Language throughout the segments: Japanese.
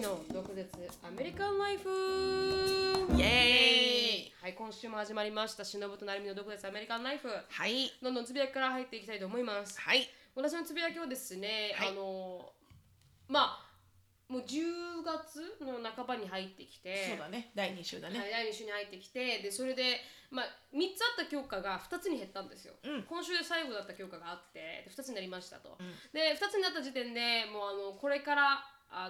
の毒舌アメリカンライフイエーイ。 はい、今週も始まりましたしのぶとなるみの毒舌アメリカンライフ。 はい。 どんどんつぶやきから入っていきたいと思います。 はい。 私のつぶやきはですね、 はいまあもう10月の半ばに入ってきて、 そうだね。第2週だね。 はい、第2週に入ってきて、でそれで、3つあった教科が2つに減ったんですよ、今週で最後だった教科があってで2つになりましたと、で2つになった時点でもうこれから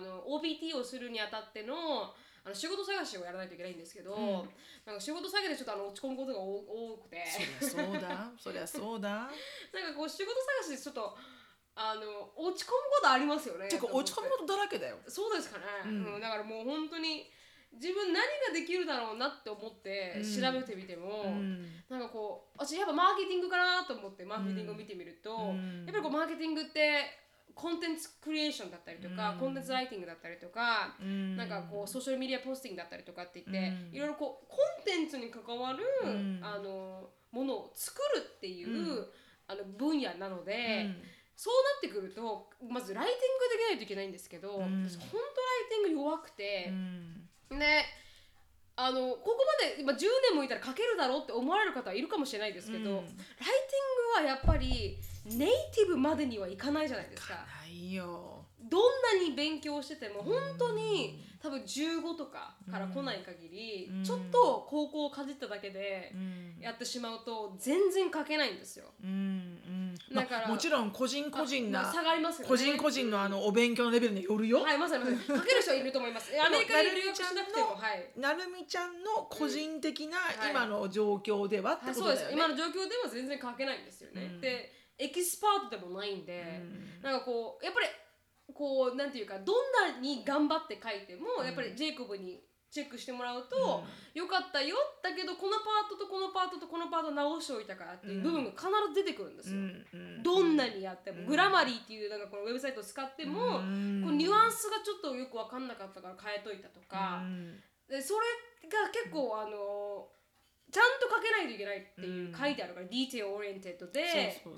OPT をするにあたっての仕事探しをやらないといけないんですけど、なんか仕事探しでちょっと落ち込むことが多くてそりゃそうだ。そりゃそうだ。 なんかこう仕事探しでちょっと落ち込むことありますよね。 てか落ち込むことだらけだよ。 そうですかね、だからもう本当に自分何ができるだろうなって思って調べてみても、なんかこう私やっぱマーケティングかなと思ってマーケティングを見てみると、やっぱりこうマーケティングってコンテンツクリエーションだったりとか、コンテンツライティングだったりとか、なんかこうソーシャルメディアポスティングだったりとかって言って、いろいろこうコンテンツに関わる、ものを作るっていう、分野なので、そうなってくるとまずライティングできないといけないんですけど、私本当ライティング弱くて、でここまで今10年もいたら書けるだろうって思われる方はいるかもしれないですけど、ライティングはやっぱりネイティブまでにはいかないじゃないですか。 ないよ。 どんなに勉強してても本当に多分15とかから来ない限り、ちょっと高校をかじっただけでやってしまうと全然書けないんですよ。だから、 もちろん個人個人な、 差がありますよね。 個人個人のお勉強のレベルによるよ。 はい、まさに書ける人はいると思います。アメリカに留学しなくても、 なるみちゃんの個人的な今の状況ではってことだよね。 そうです。今の状況では全然書けないんですよね。で、エキスパートでもないんで、なんかこうやっぱりこうなんていうか、どんなに頑張って書いても、やっぱりジェイコブにチェックしてもらうと、よかったよだけどこのパートとこのパートとこのパート直しておいたからっていう部分が必ず出てくるんですよ。どんなにやっても、グラマリーっていうなんかこのウェブサイトを使っても、こうニュアンスがちょっとよく分かんなかったから変えといたとか、でそれが結構ちゃんと書けないといけないっていう書いてあるから、ディテールオリエンテッドで、 そう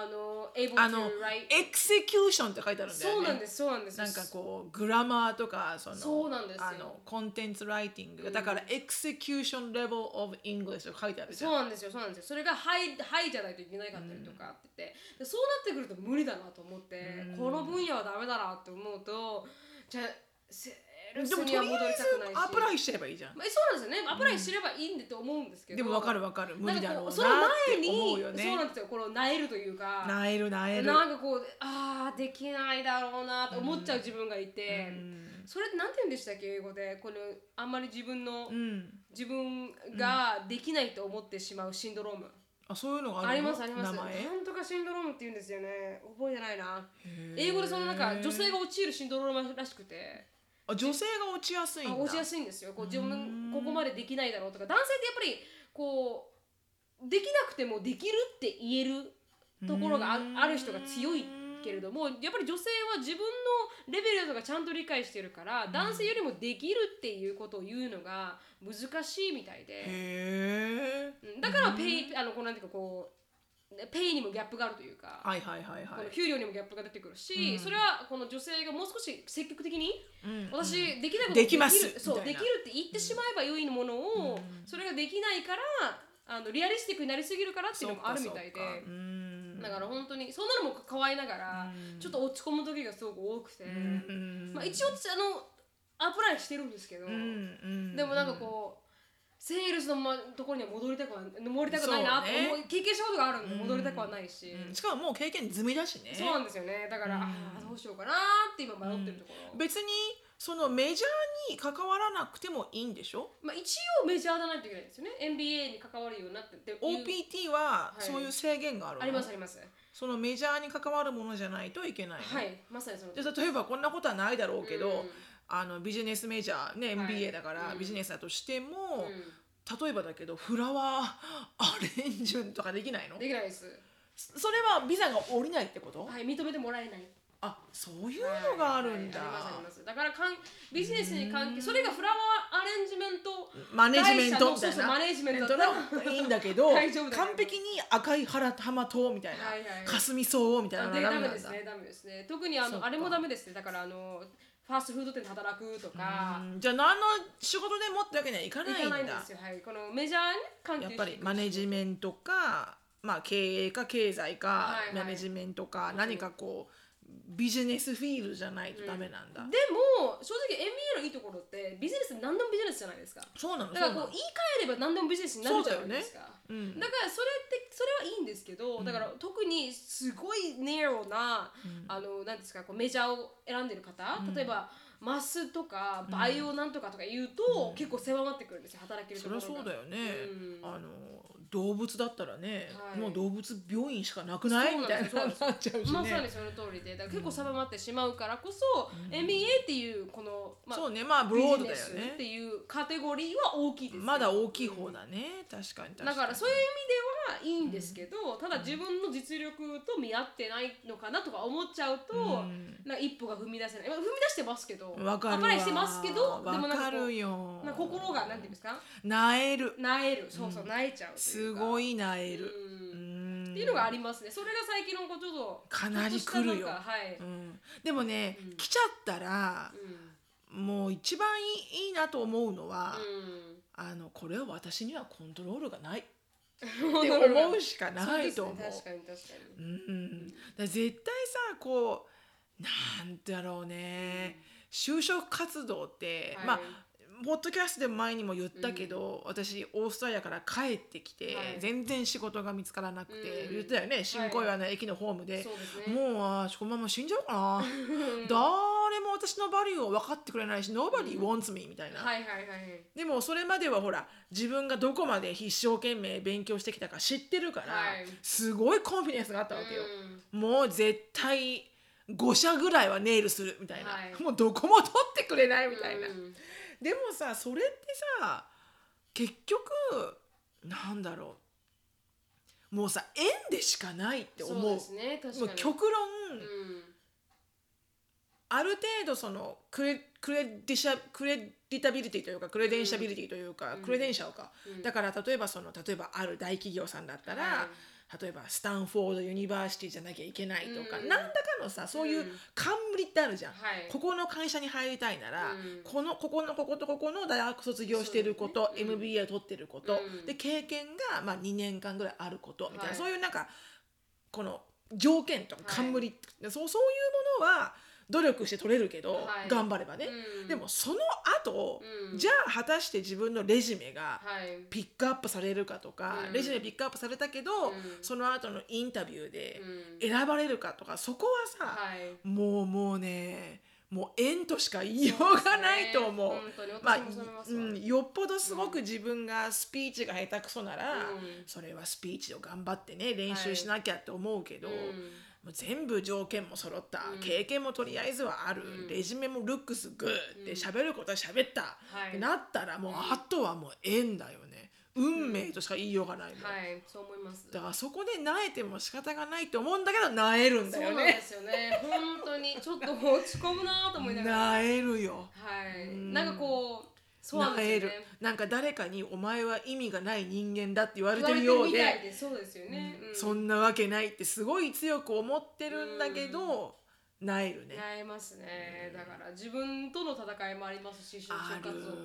able to write エクセキューションって書いてあるんだよね。 そうなんです、そうなんです。 なんかこうグラマーとかそうなんですよ。 コンテンツライティング、だからエクセキューションレベルオブイングリッシュと書いてあるじゃん。 そうなんですよ、そうなんですよ。それがハイじゃないといけないかったりとかって言って、でそうなってくると無理だなと思って、この分野はダメだなって思うと、じゃあセールスには戻りたくないし、 アプライしてればいいじゃん。 そうなんですよね。アプライすればいいんだと思うんですけど、 でも分かる分かる、無理だろうなってその前に思うよね。 そうなんですよ。この萎えるというか、 萎えるなんかこうできないだろうなと思っちゃう自分がいて、それってなんて言うんでしたっけ、英語で。このあんまり自分ができないと思ってしまうシンドローム。 そういうのがあります。 名前。 なんとかシンドロームって言うんですよね。覚えてないな。英語でそのなんか女性が陥るシンドロームらしくて。 女性が落ちやすいんだ。 落ちやすいんですよ。こう自分ここまでできないだろうとか、男性ってやっぱりこうできなくてもできるって言えるところがある人が強いけれども、やっぱり女性は自分のレベルとかちゃんと理解してるから、男性よりもできるっていうことを言うのが難しいみたいで、だからこうなんていうかこうペイにもギャップがあるというか、この給料にもギャップが出てくるし、それはこの女性がもう少し積極的に、私できないことできますそうできるって言ってしまえば良いものを、それができないからリアリスティックになりすぎるからっていうのもあるみたいで、だから本当にそんなのも可愛いながら、ちょっと落ち込む時がすごく多くて、一応アプライしてるんですけど、でもなんかこうセールスのところには戻りたくないなって経験したことがあるんで戻りたくはないし、 しかももう経験済みだしね。 そうなんですよね。だからどうしようかなって今迷ってるところ。 別にそのメジャーに関わらなくてもいいんでしょ。 一応メジャーじゃないといけないですよね。 NBA に関わるようになってて OPT はそういう制限があるの？ ありますあります。 そのメジャーに関わるものじゃないといけないの？ はい、まさにその。 例えばこんなことはないだろうけど、ビジネスメジャーね、MBA だからビジネスだとしても、例えばだけどフラワーアレンジメントとかできないの？ できないです。 それはビザが下りないってこと？ はい、認めてもらえない。 そういうのがあるんだ。 あります。だからビジネスに関係、それがフラワーアレンジメントマネジメントみたいな、 マネジメントだったらいいんだけど大丈夫だ完璧に赤い浜島みたいな、霞草みたいなのがダメなんだ。 ダメですね。特にあれもダメですね。だからフファーストフード店で働くとか、 じゃあ何の仕事でもってわけにはいかないんだ。 いかないんですよ。はい、このメジャーに関係やっぱりマネジメントか、まあ、経営か経済か、マネジメントか、何かこうビジネスフィールドじゃないとダメなんだ。 でも正直 MBA のいいところってビジネス何でもビジネスじゃないですか。 そうなの。 だからこう言い換えれば何でもビジネスになるじゃないですか。だからそれはいいんですけど、だから特にすごいネロな、なんですか、こうメジャーを選んでる方、例えばマスとかバイオなんとかとか言うと、結構狭まってくるんですよ、働けるところが。 そりゃそうだよね。動物だったらね、もう動物病院しかなくないみたいななっちゃうしね。 まさにその通りで、だから結構狭まってしまうからこそ、MBA っていうこの、 そうね、まあブロードだよね。 ビジネスっていうカテゴリーは大きいです。 まだ大きい方だね。確かに。 だからそういう意味ではいいんですけど、ただ自分の実力と見合ってないのかなとか思っちゃうと、なんか一歩が踏み出せない。踏み出してますけど、 わかるわ。 してますけど、 でもなんか心がなんていうんですか、 なえる。 そうそう、なえちゃう。 すごいなえる。 っていうのがありますね。それが最近のちょっとかなり来るよ。でもね、来ちゃったら、もう一番いいなと思うのは、これは私にはコントロールがないって思うしかないと思う。 確かに。 絶対さ、こうなんだろうね、就職活動って、まあポッドキャストで前にも言ったけど、私オーストラリアから帰ってきて、全然仕事が見つからなくて、言ってたよね、新小岩の駅のホームで、もうこのまま死んじゃうかな誰も私のバリューを分かってくれないし Nobody wants me みたいな。でもそれまではほら、自分がどこまで一生懸命勉強してきたか知ってるから、すごいコンフィデンスがあったわけよ。もう絶対5社ぐらいはネイルするみたいな、もうどこも取ってくれないみたいな。でもさ、それってさ、結局なんだろう、もうさ、縁でしかないって思う。 そうですね、確かに。 もう極論、ある程度そのクレディタビリティというか、クレデンシャビリティというか、クレデンシャルか、だから例えばある大企業さんだったら、例えばスタンフォードユニバーシティじゃなきゃいけないとか、何らかのさ、そういう冠ってあるじゃん。ここの会社に入りたいなら、ここのこことここの大学卒業してること、MBA を取ってること、で経験がまあ2年間ぐらいあることみたいな、そういうなんかこの条件とか冠、そういうものは努力して取れるけど、頑張ればね、でもその後、じゃあ果たして自分のレジュメがピックアップされるかとか、レジュメピックアップされたけど、その後のインタビューで選ばれるかとか、そこはさ、もうね、もう縁としか言いようがないと思う。まあ、よっぽどすごく自分がスピーチが下手くそなら、それはスピーチを頑張ってね練習しなきゃって思うけど、もう全部条件も揃った、経験もとりあえずはある、レジュメもルックスグッで喋ることは喋った、ってなったら、もうあとはもう縁だよね。運命としか言いようがないもん。 そう思います。 だからそこで萎えても仕方がないと思うんだけど、萎えるんだよね。 そうなんですよね。本当にちょっと落ち込むなと思いながら。 萎えるよ。 なんかこう、そうなんですよね。 なんか誰かにお前は意味がない人間だって言われてるようで、 そうですよね。 そんなわけないってすごい強く思ってるんだけど、萎えるね。 萎えますね。だから自分との戦いもありますし、就職活動って。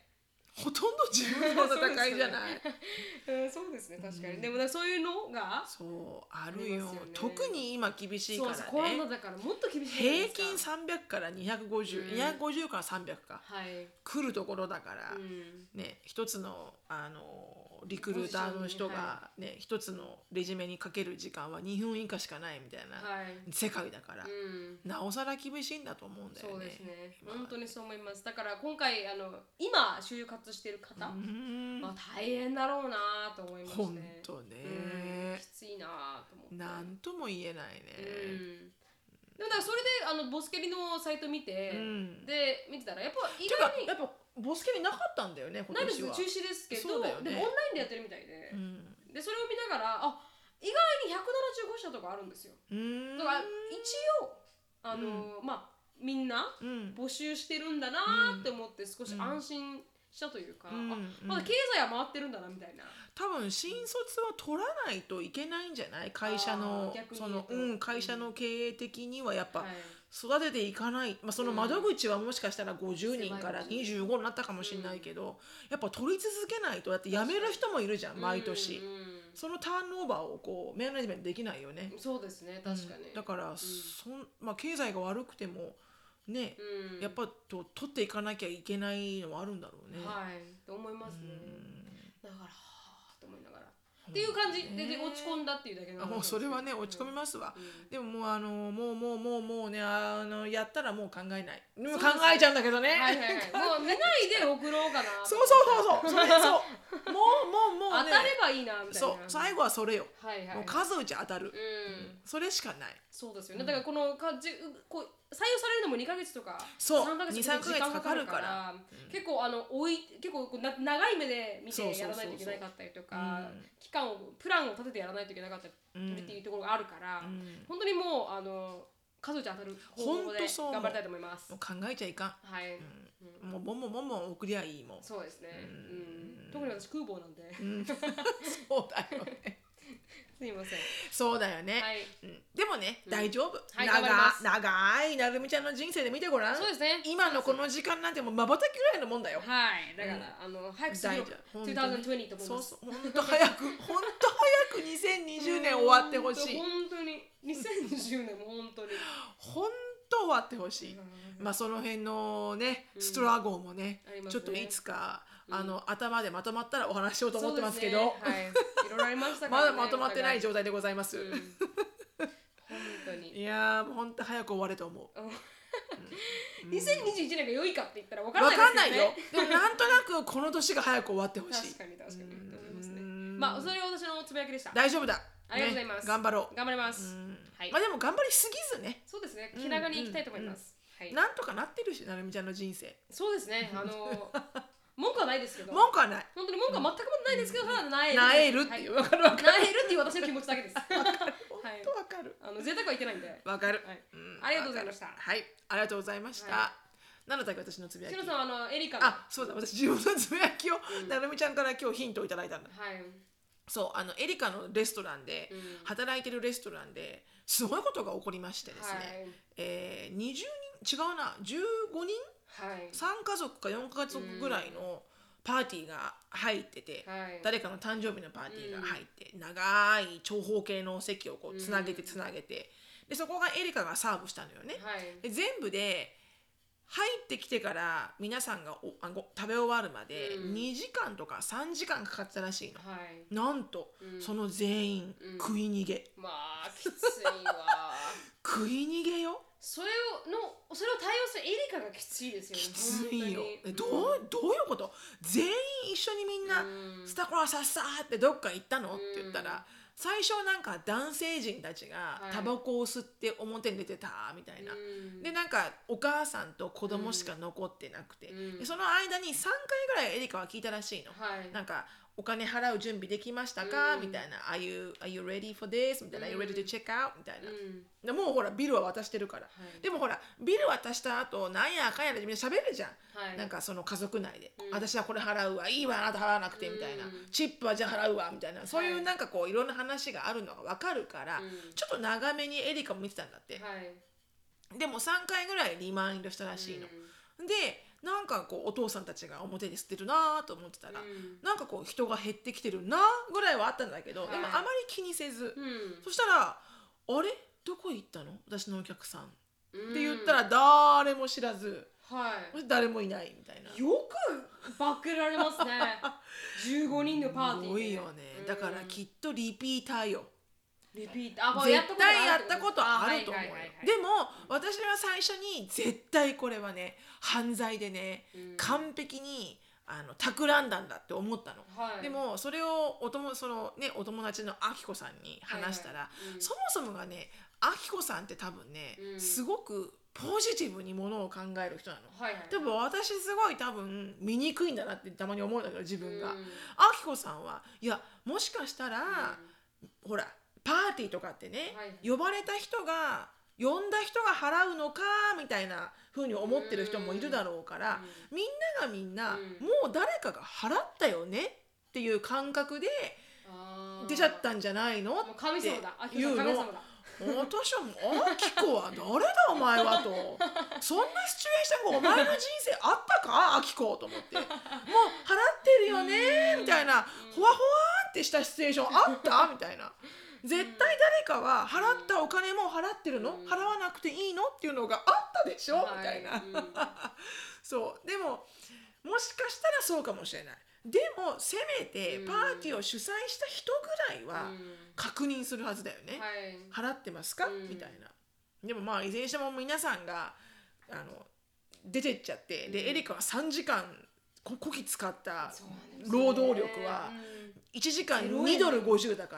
ほとんど自分の戦いじゃない。 そうですね、確かに。でもそういうのがあるよ。特に今厳しいからね。 コロナだからもっと厳しい。 平均300から250、250から300か、来るところだからね、一つのリクルーターの人がね、一つのレジュメにかける時間は2分以下しかないみたいな世界だから、なおさら厳しいんだと思うんだよね。 そうですね、本当にそう思います。だから今回今就活してる方、大変だろうなと思いましたね。 本当ね、 きついなと思って。 なんとも言えないね。 でもだからそれでボスケリのサイト見て、で見てたらやっぱ意外にやっぱボスケリなかったんだよね、今年は。 中止ですけど、でもオンラインでやってるみたいで、でそれを見ながら意外に175社とかあるんですよ。だから一応まあみんな募集してるんだなって思って少し安心したというか、 うんまだ経済は回ってるんだなみたいな。 多分新卒は取らないといけないんじゃない？会社のその、会社の経営的にはやっぱ育てていかない、その窓口はもしかしたら50人から25になったかもしれないけど、やっぱ取り続けないと。だって辞める人もいるじゃん、毎年。そのターンオーバーをこうマネジメントできないよね。 そうですね、確かに。 だから、経済が悪くてもね、やっぱ取っていかなきゃいけないのはあるんだろうね。 と思いますね。だからと思いながらっていう感じで落ち込んだっていうだけの話。 もうそれはね落ち込みますわ。でももうねやったらもう考えない。考えちゃうんだけどね。 もう見ないで送ろうかな。 そうもう当たればいいなみたいな。 そう最後はそれよ。もう数打ち当たる。それしかない。 そうですよね。だからこの採用されるのも2ヶ月とか 3 ヶ月とか時間かかるから、 結構長い目で見てやらないといけなかったりとか、プランを立ててやらないといけなかったりっていうところがあるから、本当にもう数打ち当たる方法で頑張りたいと思います。 もう考えちゃいかん。もうボンボン送りゃいいもん。 そうですね。特に私空母なんで。 そうだよね。 すいません。 そうだよね。でもね、大丈夫。長いなるみちゃんの人生で見てごらん。 そうですね。 今のこの時間なんてもう瞬きぐらいのもんだよ。 だから早く過ぎろ。2020と思います。 そう本当早く2020年終わってほしい。 本当に2020年も本当に。 本当終わってほしい。その辺のねストラゴもね、ちょっといつか頭でまとまったらお話しようと思ってますけど、いろいろありましたからね。まだまとまってない状態でございます。 本当に。 いやもう本当早く終われと思う。 2021年が良いかって言ったら分からないですよね。 でもなんとなくこの年が早く終わってほしい。 確かにと思いますね。それが私のつぶやきでした。 大丈夫だ。 ありがとうございます。 頑張ろう。 頑張ります。 でも頑張りすぎずね。 そうですね。気長にいきたいと思います。 なんとかなってるし、なるみちゃんの人生。 そうですね。文句はないですけど。 文句はない。 本当に文句は全くないですけど、ただなえるっていう。 なえるっていう私の気持ちだけです。 本当わかる。 贅沢は言ってないんで。 わかる。 ありがとうございました。 はい、ありがとうございました。何だったっけ私のつぶやき。 しのさんはエリカ。 そうだ、私自分のつぶやきをなるみちゃんから今日ヒントをいただいたんだ。そうエリカのレストランで働いてるレストランですごいことが起こりましてですね。20人違うな15人。3家族か4家族ぐらいのパーティーが入ってて、誰かの誕生日のパーティーが入って、長い長方形の席をこうつなげてでそこがエリカがサーブしたのよね。で全部で入ってきてから皆さんが食べ終わるまで2時間とか3時間かかったらしいの。なんと、その全員食い逃げ。 きついわ。 食い逃げよ。 それを対応するエリカがきついですよね。 きついよ。どういうこと？全員一緒にみんなスタコラさっさーってどっか行ったのって言ったら、最初なんか男性陣たちがタバコを吸って表に出てたみたいな。でなんかお母さんと子供しか残ってなくて、でその間に3回ぐらいエリカは聞いたらしいの。なんかお金払う準備できましたかみたいな。Are you ready for this? みたいな。Are you ready to check out? みたいな。でもうほらビルは渡してるから。でもほらビル渡した後なんやかんやでみんな喋るじゃん。なんかその家族内で。私はこれ払うわ。いいわあなた払わなくてみたいな。チップはじゃあ払うわみたいな。そういうなんかこういろんな話があるのが分かるから、ちょっと長めにエリカも見てたんだって。でも3回ぐらいリマインドしたらしいの。でなんかこうお父さんたちが表で吸ってるなと思ってたら、なんかこう人が減ってきてるなぐらいはあったんだけど、でもあまり気にせず、そしたらあれどこ行ったの私のお客さんって言ったら誰も知らず、誰もいないみたいな。 よくバックられますね。15人のパーティーですごいよね。だからきっとリピーターよ。 絶対やったことあると思うよ。でも私は最初に絶対これはね犯罪でね、完璧に企んだんだって思ったの。でもそれをお友達のあきこさんに話したら、そもそもがねあきこさんって多分ね、すごくポジティブにものを考える人なの。でも私すごい多分醜いんだなってたまに思うんだけど自分が。あきこさんはいやもしかしたら、ほらパーティーとかってね、呼ばれた人が呼んだ人が払うのかみたいな風に思ってる人もいるだろうから、みんながみんな、もう誰かが払ったよねっていう感覚で出ちゃったんじゃないのって神様だ、 いうの。私はもうアキコは誰だお前はと、そんなシチュエーションがお前の人生あったかアキコと思って、もう払ってるよねみたいな、ほわほわってしたシチュエーションあったみたいな。絶対誰かは払ったお金も払ってるの、払わなくていいのっていうのがあったでしょ、みたいな、そうでももしかしたらそうかもしれない。でもせめてパーティーを主催した人ぐらいは確認するはずだよね、払ってますか、みたいな。でもまあいずれにしても皆さんが出てっちゃって、でエリカは3時間こき使った労働力は1時間2ドル50だから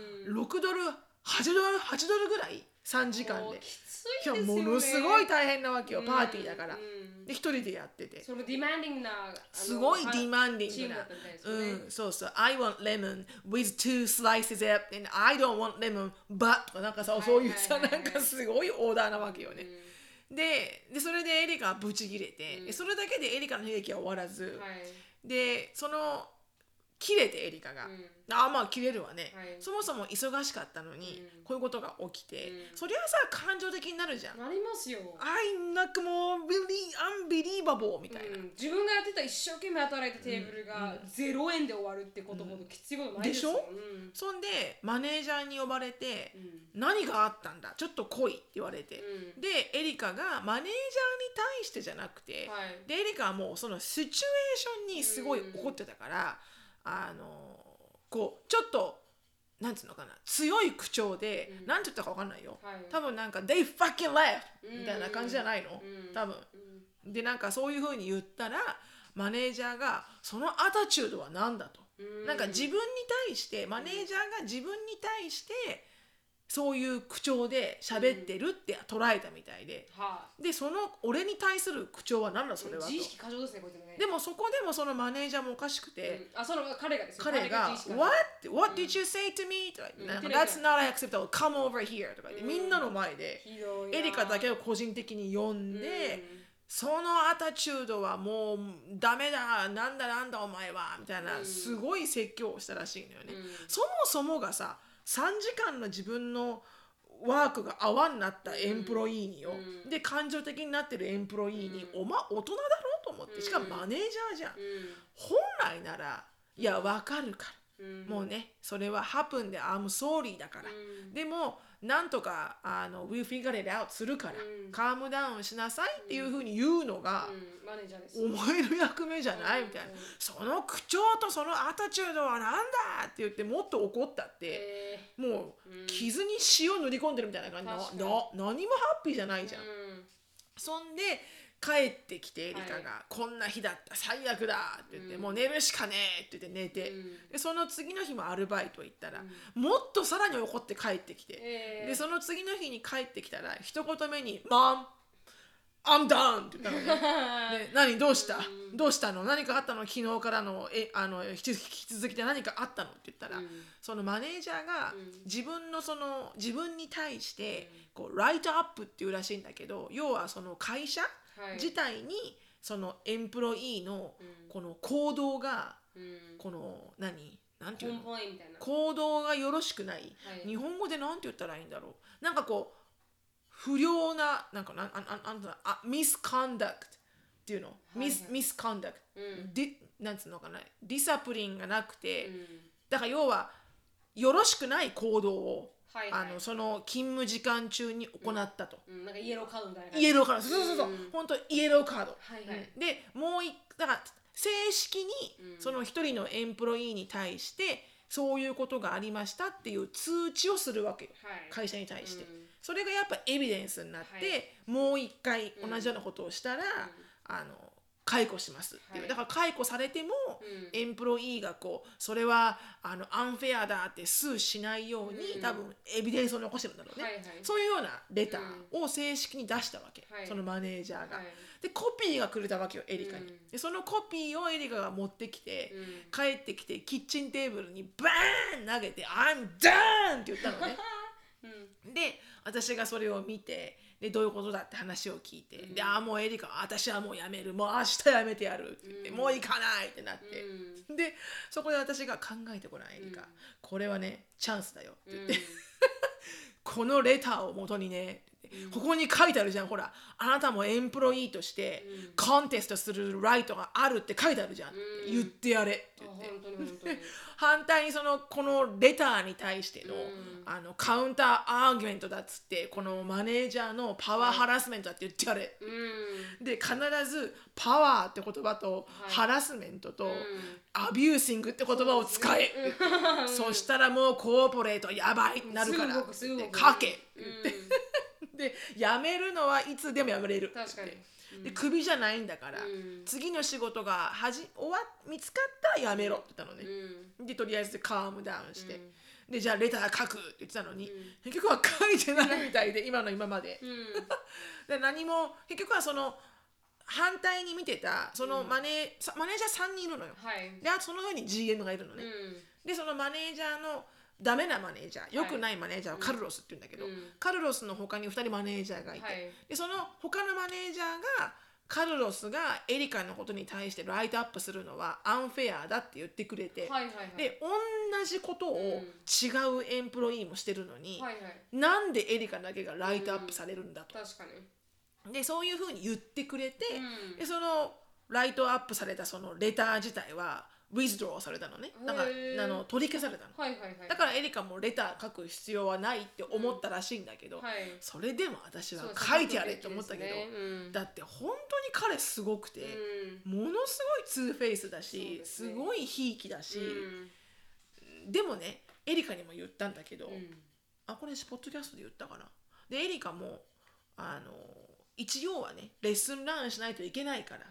、6ドル8ドルぐらい3時間で。 きついですよね。 ものすごい大変なわけよ、パーティーだから。で一人でやってて、 そのディマンディングなすごいディマンディングな、そうそう、I want lemon with 2 slices up and I don't want lemon but とかなんかさ、そういうさ、なんかすごいオーダーなわけよね。でそれでエリカはブチギレて、それだけでエリカの悲劇は終わらず、でその切れてエリカが、まあ切れるわね、そもそも忙しかったのに、こういうことが起きて、そりゃさ感情的になるじゃん。 なりますよ。 なんかもうアンビリーバボーみたいな、 自分がやってた一生懸命働いたテーブルが0円で終わるってことほどきついことないですよ。でしょ、 そんでマネージャーに呼ばれて、何があったんだちょっと来いって言われて、でエリカがマネージャーに対してじゃなくて、でエリカはもうそのシチュエーションにすごい怒ってたから、こうちょっとなんつうのかな、強い口調で、なんて言ったか分かんないよ、多分なんか They fucking left みたいな感じじゃないの、多分でなんかそういう風に言ったら、マネージャーがそのアタチュードは何だと、なんか自分に対してマネージャーが自分に対してそういう口調で喋ってるって捉えたみたいで、でその俺に対する口調は何だそれはと。 自意識過剰ですねこいつね。 でもそこでもそのマネージャーもおかしくて、 その彼がですよ。 彼が What did you say to me? とか言って、That's not acceptable. Come over here とか言って、みんなの前でエリカだけを個人的に呼んで、そのアタチュードはもうダメだ、なんだお前はみたいな、すごい説教をしたらしいのよね。そもそもがさ、3時間の自分のワークが合わんなったエンプロイーによ、で感情的になってるエンプロイーに、お前大人だろと思って、しかもマネージャーじゃん、本来ならいや分かるから、もうねそれはハプンで I'm sorry だから、でもなんとかWe figure it out するから、カームダウンしなさいっていう風に言うのが、 マネージャーです。 お前の役目じゃないみたいな、その口調とそのアタチュードはなんだって言ってもっと怒ったって、もう傷に塩塗り込んでるみたいな感じの、何もハッピーじゃないじゃん。そんで帰ってきてエリカが、こんな日だった最悪だって言って、もう寝るしかねえって言って寝て、でその次の日もアルバイト行ったら、もっとさらに怒って帰ってきて、でその次の日に帰ってきたら一言目に「Mom I'm done!」って言ったのね。で何どうしたの何かあったの、昨日からの引き続きで何かあったのって言ったら、そのマネージャーが自分に対してこうライトアップっていうらしいんだけど、要はその会社自体にそのエンプロイーのこの行動が、このなんていうの、行動がよろしくない、日本語でなんて言ったらいいんだろう、なんかこう不良ななんかミスコンダクトっていうの、ミスコンダクト、なんつうのかな、ディサプリンがなくて、だから要はよろしくない行動をその勤務時間中に行ったと、 なんかイエローカードみたいな、 イエローカード、そう本当イエローカード、でもうだから正式にその一人のエンプロイーに対してそういうことがありましたっていう通知をするわけよ、会社に対して、それがやっぱエビデンスになって、もう一回同じようなことをしたら、解雇しますっていう、だから解雇されても、エンプロイーがこうそれはアンフェアだってスーしないように、多分エビデンスを残してるんだろうね、そういうようなレターを正式に出したわけ、そのマネージャーが、でコピーがくれたわけよエリカに、でそのコピーをエリカが持ってきて、帰ってきてキッチンテーブルにバーン投げて I'm done って言ったのねで私がそれを見て、でどういうことだって話を聞いて、でもうエリカ私はもうやめる、もう明日やめてやるって言って、もう行かないってなって、でそこで私が考えてごらんエリカ、これはねチャンスだよって言って、このレターを元にね、ここに書いてあるじゃん、ほらあなたもエンプロイーとしてコンテストするライトがあるって書いてあるじゃん、言ってやれって言って、 本当に反対にこのレターに対しての、カウンターアーギュメントだっつって、このマネージャーのパワーハラスメントだって言ってやれ、で必ずパワーって言葉と、ハラスメントと、アビューシングって言葉を使え、そしたらもうコーポレートやばいってなるから書けって言って、で辞めるのはいつでも辞めれるって言って、 確かに、 でクビじゃないんだから、次の仕事が見つかったら辞めろって言ったのね、でとりあえずカームダウンして、でじゃあレター書くって言ってたのに、結局は書いてないみたいで、今まで、で何も結局は反対に見てたそのマネージャー3人いるのよ、でその上に GM がいるのね、でそのマネージャーのダメなマネージャー、良くないマネージャーをカルロスって言うんだけど、カルロスの他に2人マネージャーがいて、でその他のマネージャーがカルロスがエリカのことに対してライトアップするのはアンフェアだって言ってくれて、で同じことを違うエンプロイーもしてるのに、なんでエリカだけがライトアップされるんだと、 確かに、 でそういうふうに言ってくれて、でそのライトアップされたそのレター自体はウィズドローされたのね、だから取り消されたの、だからエリカもレター書く必要はないって思ったらしいんだけど、それでも私は書いてやれって思ったけど、だって本当に彼すごくて、ものすごいツーフェイスだし、すごいひいきだし、でもねエリカにも言ったんだけど、これポッドキャストで言ったかな、でエリカも一応はねレッスンランしないといけないから、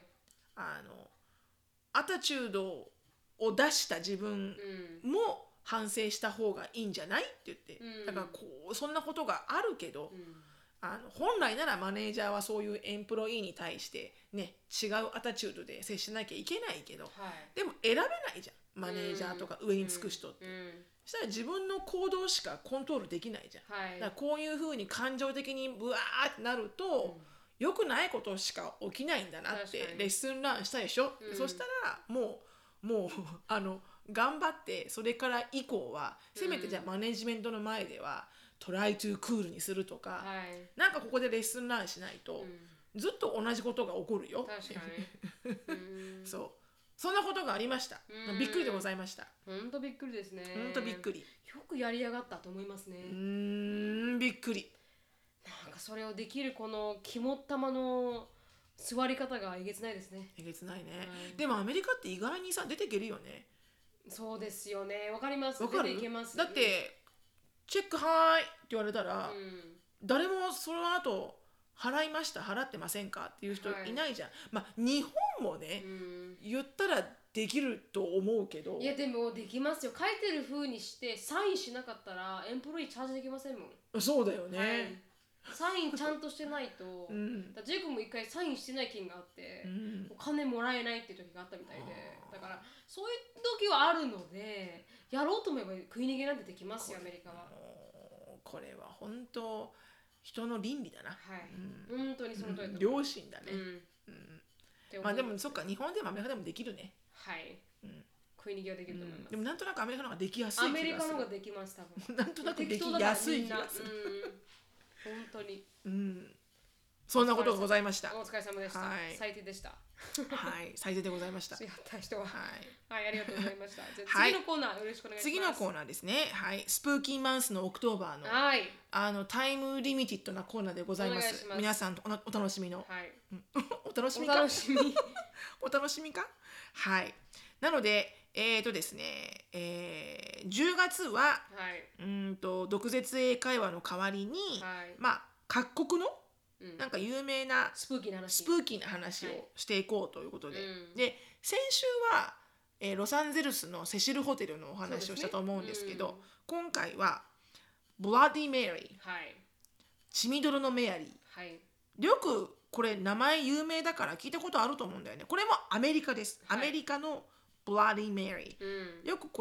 アタチュードを出した自分も反省した方がいいんじゃないって言って、だからそんなことがあるけど、本来ならマネージャーはそういうエンプロイーに対してね違うアタチュードで接しなきゃいけないけど、でも選べないじゃんマネージャーとか上につく人って、そしたら自分の行動しかコントロールできないじゃん、だからこういう風に感情的にブワーってなると、良くないことしか起きないんだなってレッスンランしたでしょ、そしたらもう頑張ってそれから以降はせめてじゃあマネジメントの前ではトライトゥークールにするとか、なんかここでレッスンランしないと、ずっと同じことが起こるよ。 確かにそんなことがありました。びっくりでございました。 本当びっくりですね。 本当びっくり。よくやりやがったと思いますね。 びっくり。 なんかそれをできるこの肝っ玉の座り方がえげつないですね。 えげつないね。でもアメリカって意外にさ出てけるよね。 そうですよね。わかります。 出ていけます。だってチェックはーいって言われたら、誰もその後払いました払ってませんかっていう人いないじゃん、日本もね、言ったらできると思うけど、 いやでもできますよ。書いてる風にしてサインしなかったらエンプロイチャージできませんもん。 そうだよね、 サインちゃんとしてないと、ジェイコも一回サインしてない件があって、お金もらえないっていう時があったみたいで、だからそういう時はあるので、やろうと思えば食い逃げなんてできますよアメリカは。 これは本当人の倫理だな。 本当にその通りだ。 良心だね。でもそっか日本でもアメリカでもできるね。 食い逃げはできると思います。 でもなんとなくアメリカの方ができやすい気がする。 アメリカの方ができます多分。 なんとなくできやすい気がする。 本当に。 そんなことがございました。 お疲れ様でした。最低でした。 最低でございました。 やった人は。ありがとうございました。じゃあ次のコーナーよろしくお願いします。 次のコーナーですね。スプーキーマンスのオクトーバーのタイムリミティッドなコーナーでございます。皆さんお楽しみの。お楽しみか。お楽しみか。なのでですね、10月は毒舌英会話の代わりに、各国のなんか有名なスプーキーな話をしていこうということで、で先週は、ロサンゼルスのセシルホテルのお話をしたと思うんですけど、今回はブラディ・メアリー、血みどろのメアリー、よくこれ名前有名だから聞いたことあると思うんだよね。これもアメリカです。アメリカのブラディ・メアリー、よくこれ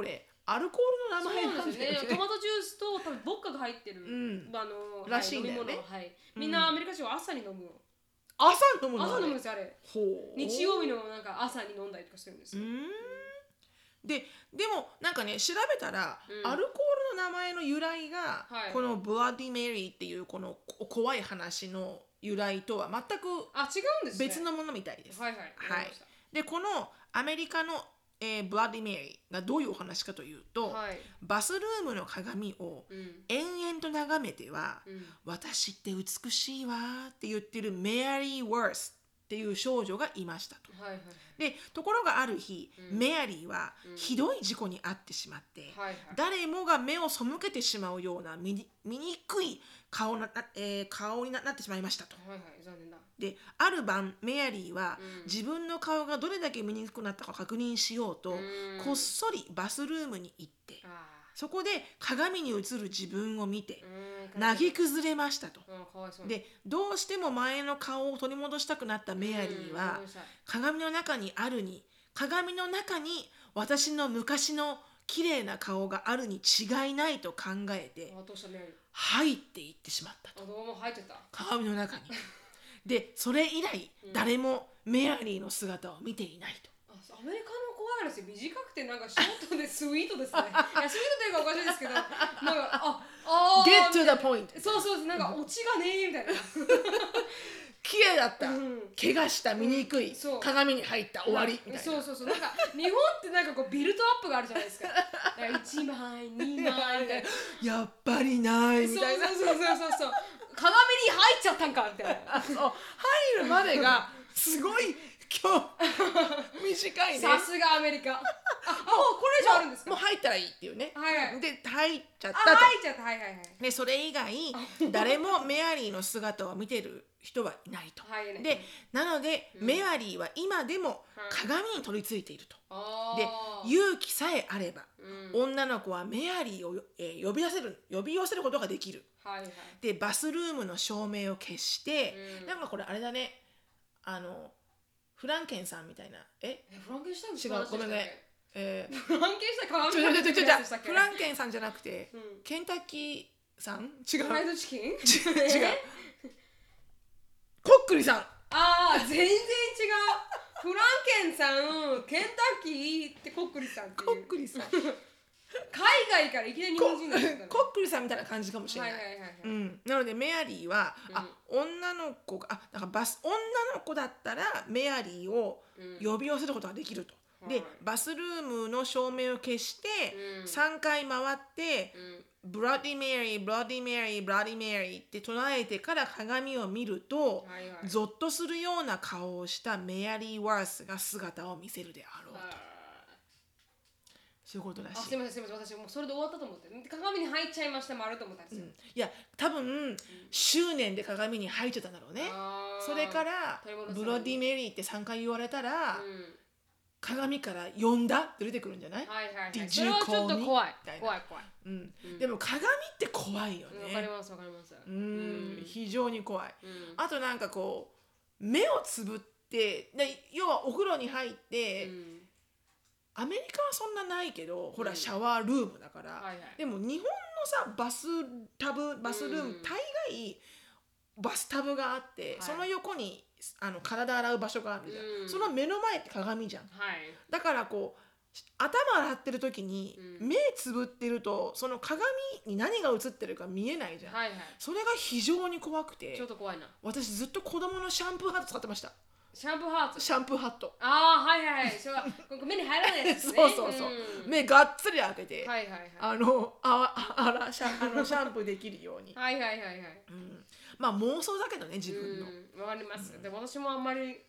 アルコールの名前なんだよね。 トマトジュースと多分ボッカが入ってる、 らしいんだよね。 飲み物、みんなアメリカ人は朝に飲むの。 朝飲むの？ 朝飲むんですよあれ。日曜日のなんか朝に飲んだりとかするんですよ。 でもなんかね調べたら、アルコールの名前の由来が、このブラディ・メリーっていうこの怖い話の由来とは全く違うんですね。 別のものみたいです。でこのアメリカの、ブラディ・メリーがどういうお話かというと、バスルームの鏡を延々と眺めては、私って美しいわって言ってるメアリー・ワースっていう少女がいましたと。でところがある日、メアリーはひどい事故に遭ってしまって、誰もが目を背けてしまうような醜い顔になってしまいましたと。 残念だ。 である晩メアリーは、自分の顔がどれだけ醜くなったか確認しようと、こっそりバスルームに行って、そこで鏡に映る自分を見て泣き崩れましたと。でどうしても前の顔を取り戻したくなったメアリーは、鏡の中に私の昔の綺麗な顔があるに違いないと考えて入っていってしまったと。鏡の中に。でそれ以来、誰もメアリーの姿を見ていないと。 アメリカの怖い話短くてなんかショートでスイートですね。いやスイートというかおかしいですけど、なんか Get to the point。 そうなんかオチがねえみたいな。 綺麗だった、怪我した醜い、鏡に入った終わりみたいな。 そうなんか日本ってなんかこうビルトアップがあるじゃないですか。1枚2枚みたいな。 やっぱりないみたいな。 そう鏡に入っちゃったんかみたいな。 入るまでがすごい短いね。 さすがアメリカ。もうこれ以上あるんですか？ もう入ったらいいっていうね。で入っちゃったと。でそれ以外誰もメアリーの姿を見てる人はいないと。でなので、メアリーは今でも鏡に取り付いていると。で勇気さえあれば、女の子はメアリーを、呼び寄せることができる。でバスルームの照明を消して、なんかこれあれだね、フランケンさんみたいな。 フランケンシュタイン違う、ごめんね。 フランケンシュタイン鏡に入ってるやつでしたっけ？ フランケンさんじゃなくて、ケンタッキーさん？違う。 フライドチキン？違う。 コックリさん。 全然違う。フランケンさん、ケンタッキーってコックリさんっていう。 コックリさん。 海外からいきなり日本人だった。 コックリさんみたいな感じかもしれない。なのでメアリーは、女の子がなんか女の子だったらメアリーを呼び寄せることができると。でバスルームの照明を消して、3回回って、ブラディメリー、ブラディメリー、ブラディメリーって唱えてから鏡を見ると、ゾッとするような顔をしたメアリー・ワースが姿を見せるであろうと。そういうことだし。 すいません、私もうそれで終わったと思って、鏡に入っちゃいましたもあると思ったんですよ。 いや多分執念で鏡に入っちゃったんだろうね。それからブラディメリーって3回言われたら、鏡から呼んだって出てくるんじゃない？ それはちょっと怖い。 でも鏡って怖いよね。 わかります。 非常に怖い。あとなんかこう目をつぶって要はお風呂に入って、アメリカはそんなないけど、ほらシャワールームだから。でも日本のさバスルーム大概バスタブがあって、その横に体洗う場所があるじゃん。その目の前って鏡じゃん。だからこう頭洗ってる時に目つぶってると、その鏡に何が映ってるか見えないじゃん。それが非常に怖くて、 ちょっと怖いな。 私ずっと子供のシャンプーハット使ってました。 シャンプーハット。目に入らないですね。目がっつり開けて、シャンプーできるように。まあ妄想だけどね、自分の。 わかります。でも私もあんまり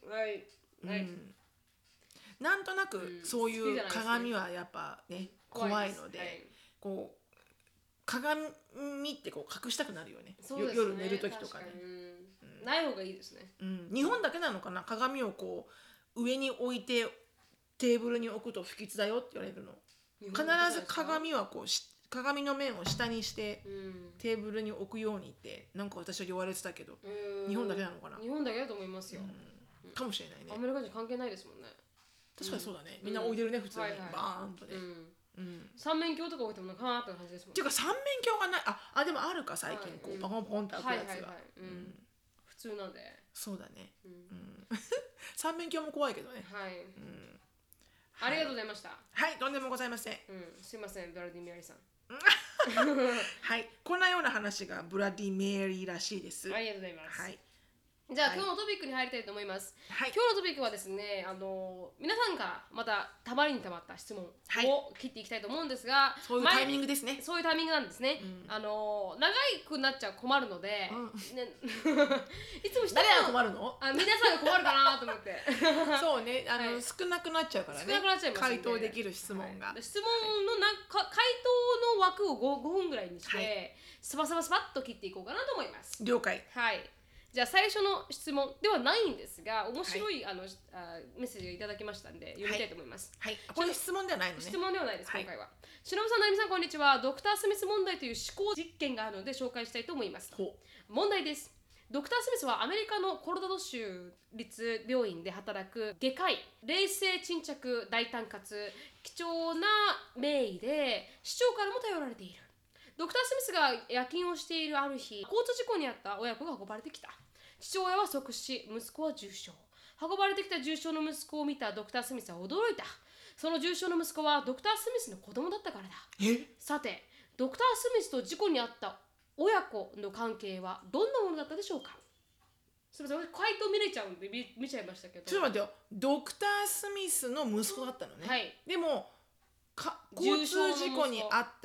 なんとなくそういう鏡はやっぱね怖いので、こう鏡ってこう隠したくなるよね。夜寝る時とかね。 ない方がいいですね。 日本だけなのかな、鏡をこう上に置いてテーブルに置くと不吉だよって言われるの。必ず鏡はこう鏡の面を下にしてテーブルに置くようにってなんか私は言われてたけど、日本だけなのかな。 日本だけだと思いますよ。 かもしれないね。 アメリカ人関係ないですもんね。 確かにそうだね。みんな置いてるね、普通にバーンとね。 三面鏡とか置いてもなかなって感じですもん。 っていうか三面鏡がない。でもあるか最近こうパコンポンって開くやつが。 普通なんで。 そうだね。三面鏡も怖いけどね。 はい。ありがとうございました。 はい、とんでもございません。 すいません、ブラディメリーさん。 はい、こんなような話がブラディメリーらしいです。 ありがとうございます。 はい。 じゃあ、今日のトピックに入りたいと思います。今日のトピックはですね、皆さんからまたたまりにたまった質問を切っていきたいと思うんですが、 そういうタイミングですね。 そういうタイミングなんですね。長くなっちゃ困るので、いつも誰が困るの？ 皆さんが困るかなと思って。 そうね、少なくなっちゃうからね。 少なくなっちゃいますね。 回答できる質問が。 質問の回答の枠を5分ぐらいにして、スパッと切っていこうかなと思います。 了解。 はい。じゃあ最初の質問ではないんですが、面白い、メッセージをいただきましたので読みたいと思います。 はい。これ質問ではないのね。 質問ではないです、今回は。しのぶさん、なるみさん、こんにちは。ドクター・スミス問題という思考実験があるので紹介したいと思います。問題です。ドクター・スミスはアメリカのコロラド州立病院で働く外科医、冷静沈着大胆かつ貴重な名医で市長からも頼られている。ドクター・スミスが夜勤をしているある日、交通事故に遭った親子が運ばれてきた。父親は即死、息子は重傷。運ばれてきた重傷の息子を見たドクター・スミスは驚いた。その重傷の息子はドクター・スミスの子供だったからだ。さて、ドクター・スミスと事故に遭った親子の関係はどんなものだったでしょうか？すみません、回答見れちゃうんで見ちゃいましたけど。 ちょっと待ってよ、ドクター・スミスの息子だったのね。 はい。 でも交通事故に遭った、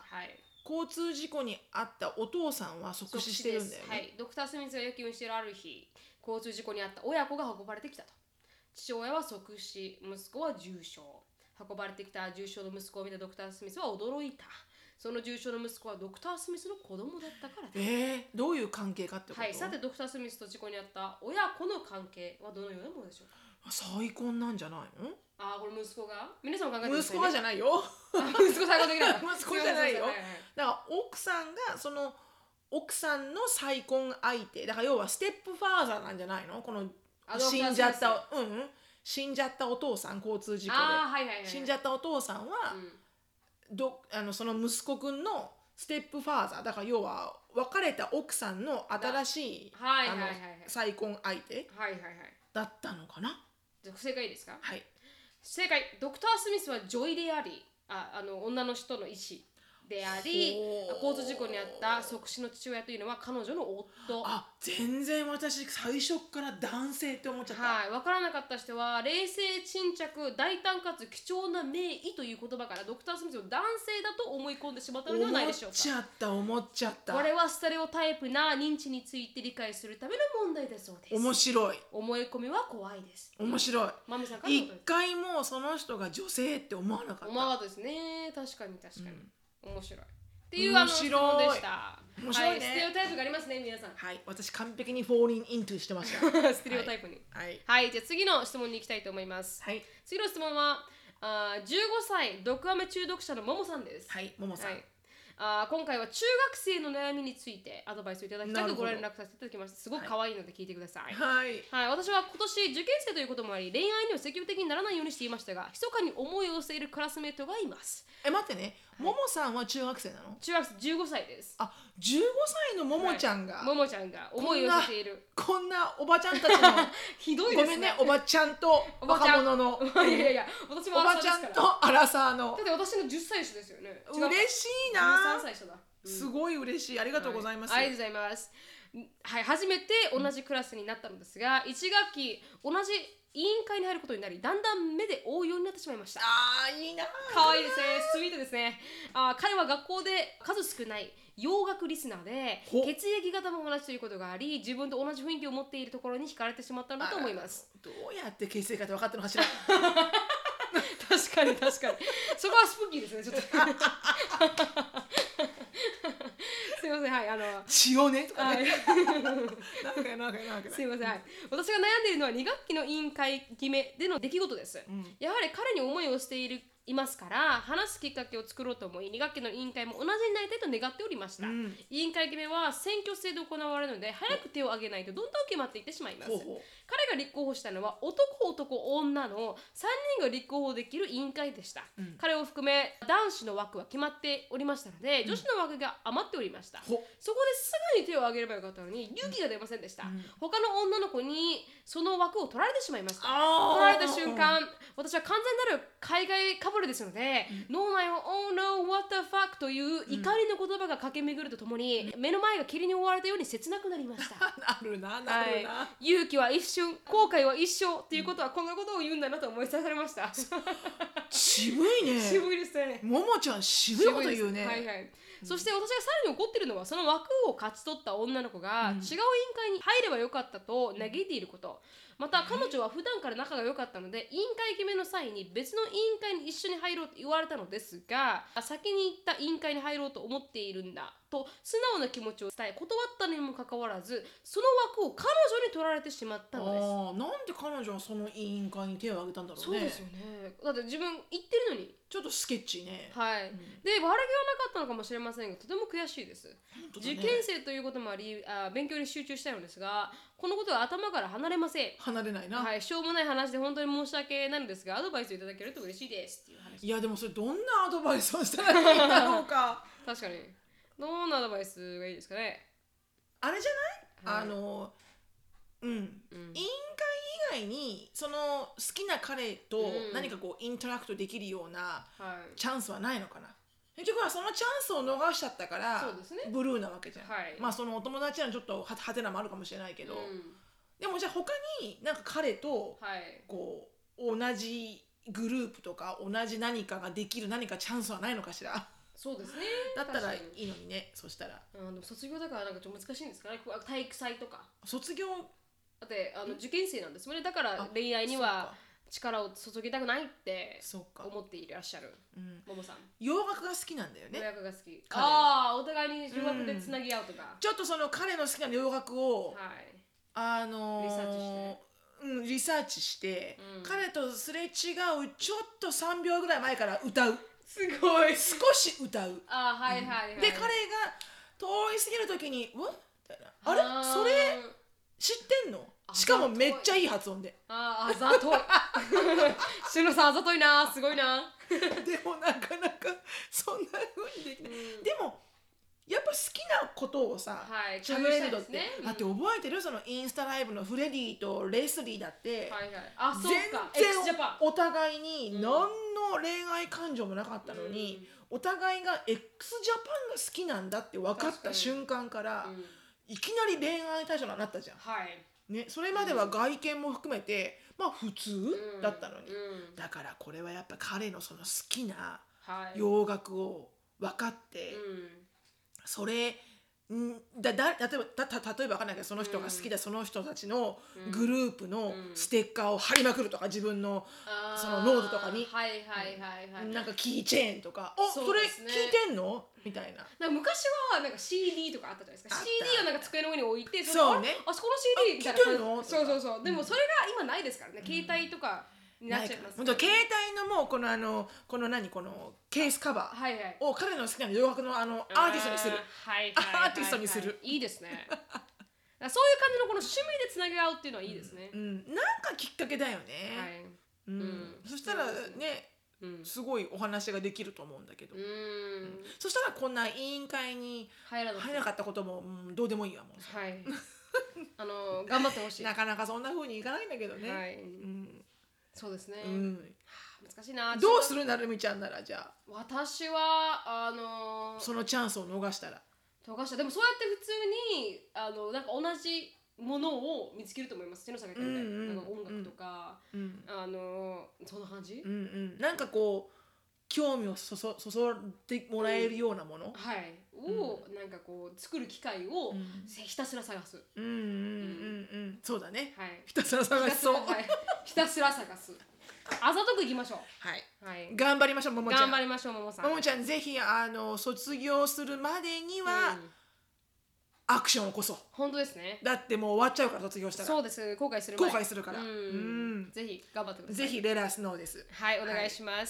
交通事故に遭ったお父さんは即死してるんだよね。 はい。ドクター・スミスが夜勤をしているある日、交通事故に遭った親子が運ばれてきたと。父親は即死、息子は重傷。運ばれてきた重傷の息子を見たドクター・スミスは驚いた。その重傷の息子はドクター・スミスの子供だったからだ。 どういう関係かってこと？ はい。さて、ドクター・スミスと事故に遭った親子の関係はどのようなものでしょうか？ 再婚なんじゃないの？ これ息子が皆さん考えてくださいね。 息子がじゃないよ。 息子再婚できない。 息子じゃないよ。だから奥さんがその奥さんの再婚相手だから要はステップファーザーなんじゃないの？この死んじゃったお父さん、交通事故で死んじゃったお父さんは、その息子くんのステップファーザーだから要は別れた奥さんの新しい再婚相手だったのかな？ じゃあ正解いいですか？ はい。 正解。ドクター・スミスは女医であり、女の人の医師であり、交通事故に遭った即死の父親というのは彼女の夫。 全然私最初から男性って思っちゃった。 はい。分からなかった人は冷静沈着大胆かつ貴重な名医という言葉からドクター・スミスを男性だと思い込んでしまったのではないでしょうか？ 思っちゃった。 これはステレオタイプな認知について理解するための問題だそうです。 面白い。 思い込みは怖いです。 面白い。 マミさんから一回もその人が女性って思わなかった。 思わなかったですね。確かに。面白い。っていう質問でした。 面白いね。 ステレオタイプがありますね、皆さん。 はい。私完璧にフォーリンイントゥしてました。 ステレオタイプに。 はい。 じゃあ次の質問に行きたいと思います。 はい。 次の質問は15歳毒アメ中毒者のももさんです。 はい、ももさん。 今回は中学生の悩みについてアドバイスをいただきたくご連絡させていただきました。すごく可愛いので聞いてください。はい。私は今年受験生ということもあり、恋愛には積極的にならないようにしていましたが、密かに思いを寄せるクラスメートがいます。 待ってね、ももさんは中学生なの？ 中学生15歳です。 15歳のももちゃんが、 ももちゃんが思いを寄せている。 こんなおばちゃんたちのひどいですね。 ごめんね、おばちゃんと若者のいや私もおばちゃんとアラサーの。 だって私の10歳下ですよね。 嬉しいな。 13歳下だ。 すごい嬉しい。ありがとうございます。 ありがとうございます。はい、初めて同じクラスになったのですが、1学期同じ委員会に入ることになり、だんだん目で追うようになってしまいました。 いいな。 可愛いですね。スイートですね。彼は学校で数少ない洋楽リスナーで、血液型も同じということがあり、自分と同じ雰囲気を持っているところに惹かれてしまったのだと思います。 どうやって血液型分かったのかしら。 確かにそこはスプーキーですね、ちょっと。すいません、はい、 血をねとかね。 すいません、はい。私が悩んでいるのは2学期の委員会決めでの出来事です。やはり彼に思いをしているいますから話すきっかけを作ろうと思い、2学期の委員会も同じになりたいと願っておりました。委員会決めは選挙制で行われるので早く手を挙げないとどんどん決まっていってしまいます。彼が立候補したのは男女の3人が立候補できる委員会でした。彼を含め男子の枠は決まっておりましたので、女子の枠が余っておりました。そこですぐに手を挙げればよかったのに勇気が出ませんでした。他の女の子にその枠を取られてしまいました。取られた瞬間、私は完全なる海外かぶれですので、脳内を Oh no, what the fuck という怒りの言葉が駆け巡るとともに、目の前が霧に覆われたように切なくなりました。 なるな、なるな。 勇気は一瞬、後悔は一生っていうことはこんなことを言うんだなと思い出されました。 渋いね。 渋いですね。 ももちゃん渋いこと言うね。 はいはい。そして私がさらに怒っているのは、その枠を勝ち取った女の子が違う委員会に入ればよかったと嘆いていること。また彼女は普段から仲が良かったので、委員会決めの際に別の委員会に一緒に入ろうと言われたのですが、先に行った委員会に入ろうと思っているんだと素直な気持ちを伝え断ったにもかかわらず、その枠を彼女に取られてしまったのです。 なんで彼女はその委員会に手を挙げたんだろうね。 そうですよね。だって自分言ってるのに。 ちょっとスケッチーね。 はい。で、悪気はなかったのかもしれませんが、とても悔しいです。受験生ということもあり、勉強に集中したいのですが、このことは頭から離れません。 離れないな。 はい、しょうもない話で本当に申し訳ないのですが、アドバイスいただけると嬉しいですっていう話。 いやでもそれどんなアドバイスをしたらいいんだろうか。 確かに。どんなアドバイスがいいですかね。 あれじゃない？委員会以外にその好きな彼と何かこうインタラクトできるようなチャンスはないのかな。結局はそのチャンスを逃しちゃったから、 そうですね、 ブルーなわけじゃん。 はい、 まあそのお友達はちょっとはてなもあるかもしれないけど、でもじゃあ他になんか彼とこう同じグループとか同じ何かができる何かチャンスはないのかしら。 そうですね。 だったらいいのにね。そしたら卒業だからなんかちょっと難しいんですかね。体育祭とか。 卒業だって受験生なんですもんね。だから恋愛には力を注ぎたくないって思っていらっしゃる、ももさん。 洋楽が好きなんだよね。 洋楽が好き。ああ、お互いに洋楽でつなぎ合うとか。 ちょっとその彼の好きな洋楽を、リサーチして、彼とすれ違うちょっと3秒ぐらい前から歌う。 すごい。 少し歌う。 で、彼が通り過ぎるときに、みたいな。あれそれ知ってんの？しかもめっちゃいい発音で。 あざとい。しのさんあざといな、すごいな。 でもなかなかそんな風にできない。でもやっぱ好きなことをさ、喋れるのって、だって覚えてる？そのインスタライブのフレディとレスリーだって、全然お互いに何の恋愛感情もなかったのに、お互いが x ジャパンが好きなんだって分かった瞬間から、いきなり恋愛対象になったじゃん。ね、それまでは外見も含めて、まあ普通だったのに、だからこれはやっぱ彼のその好きな洋楽を分かって、それ例えば分かんないけど、その人が好きだ、その人たちのグループのステッカーを貼りまくるとか、自分のそのノートとかになんかキーチェーンとか、それ聞いてんのみたいな。 昔はなんか CD とかあったじゃないですか。 CD をなんか机の上に置いて、 そうね、 あそこの CD みたいな感じ。そうでもそれが今ないですからね。携帯とかになっちゃいます。 携帯のもうこのケースカバーを彼の好きな洋楽のアーティストにする。アーティストにする。 いいですね。そういう感じのこの趣味でつなげ合うっていうのはいいですね。 なんかきっかけだよね。そしたらね、すごいお話ができると思うんだけど、そしたらこんな委員会に入らなかったこともどうでもいいわもう。頑張ってほしい。 なかなかそんな風にいかないんだけどね。 そうですね。難しいな。 どうするなるみちゃんなら。じゃあ私はそのチャンスを逃したら。 でもそうやって普通になんか同じものを見つけると思います。千野さんが言ったみたいな、なんか音楽とか、そんな感じ。 なんかこう興味をそそってもらえるようなもの、 をなんかこう作る機会をひたすら探す。 そうだね。ひたすら探す。 ひたすら探す。あざとくいきましょう。頑張りましょう、ももちゃん。頑張りましょう、ももさん。 ももちゃん、ぜひ卒業するまでにはアクションを起こそう。 本当ですね。 だってもう終わっちゃうから、卒業したら。 そうです。後悔するから。 ぜひ頑張ってください。 ぜひレラスノーです。 はい、お願いします。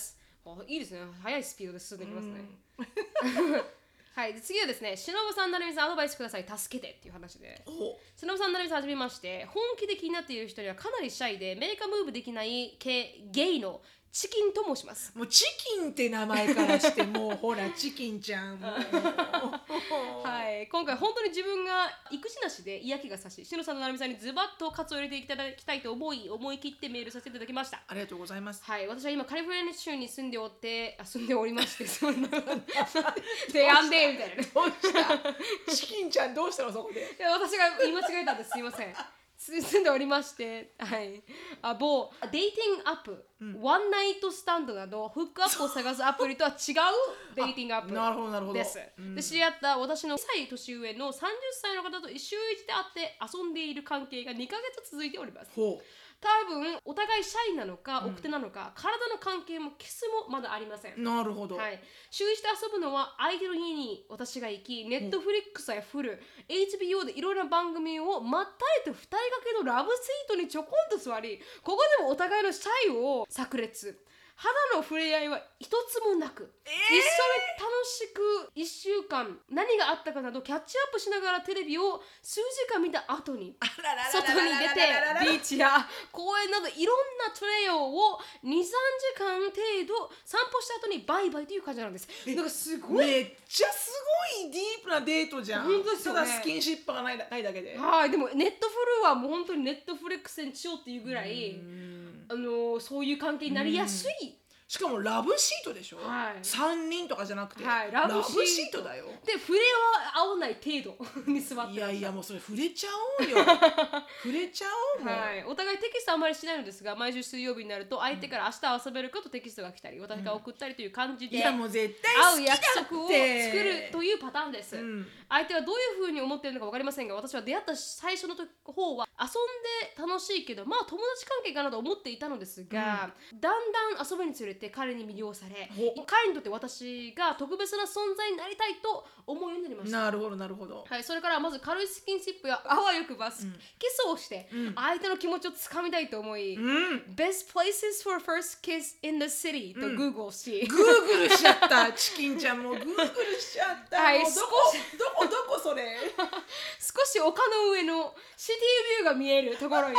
いいですね。速いスピードで進んできますね。はい、次はですね、しのぶさん、なるみさん、アドバイスください、助けてっていう話で。しのぶさん、なるみさん、はじめまして。本気で気になっている人にはかなりシャイで、メーカームーブできないゲイのチキンと申します。 もうチキンって名前からしてもうほらチキンちゃんもうはい、今回本当に自分が育児なしで嫌気がさし、しのさんとなるみさんにズバッとカツを入れていただきたいと思い切ってメールさせていただきました。 ありがとうございます。 はい、私は今カリフォルニア州に住んでおりまして、そんな提案でみたいなね。 どうしたチキンちゃんどうしたのそこで。 いや、私が言い間違えたんです。すいません。住んでおりまして、はい、某デイティングアップ、ワンナイトスタンドなどフックアップを探すアプリとは違うデイティングアップです。で、知り合った私の2歳年上の30歳の方と週1で会って遊んでいる関係が2ヶ月続いております。多分お互いシャイなのか奥手なのか、体の関係もキスもまだありません。 なるほど。 はい、週1で遊ぶのは相手の家に私が行き、ネットフリックスやフル、HBO でいろいろな番組をまったりと2人掛けのラブスイートにちょこんと座り、ここでもお互いのシャイを炸裂。肌の触れ合いは一つもなく、一緒に楽しく1週間何があったかなどキャッチアップしながらテレビを数時間見た後に外に出てビーチや公園などいろんなトレイを 2,3 時間程度散歩した後にバイバイという感じなんです。なんかすごいめっちゃすごいディープなデートじゃん。 本当ですよね。 ただスキンシップがないだけで。 はい、でもネットフルはもう本当にネットフレックスにしようっていうぐらいそういう関係になりやすい。 しかもラブシートでしょ、 はい、 3人とかじゃなくて、 はい、 ラブシートだよ。 で触れは合わない程度に座っていやいやもうそれ触れちゃおうよ触れちゃおうもう、 はい、お互いテキストあんまりしないのですが、毎週水曜日になると相手から明日遊べるかとテキストが来たり、私が送ったりという感じで、 いやもう絶対好きだって会う約束を作るというパターンです、 うん、 相手はどういう風に思っているのか分かりませんが、私は出会った最初の方は遊んで楽しいけど、まあ友達関係かなと思っていたのですが、だんだん遊ぶにつれて彼に魅了され、彼にとって私が特別な存在になりたいと思うようになりました。 なるほどなるほど。 はい、それからまず軽いスキンシップやあわよくばキスをして、相手の気持ちをつかみたいと思い、Best places for first kiss in the city と Google し、 Google しちゃったチキンちゃんも Google しちゃった。 はい、 どこそれ少し丘の上のシティビューが見えるところや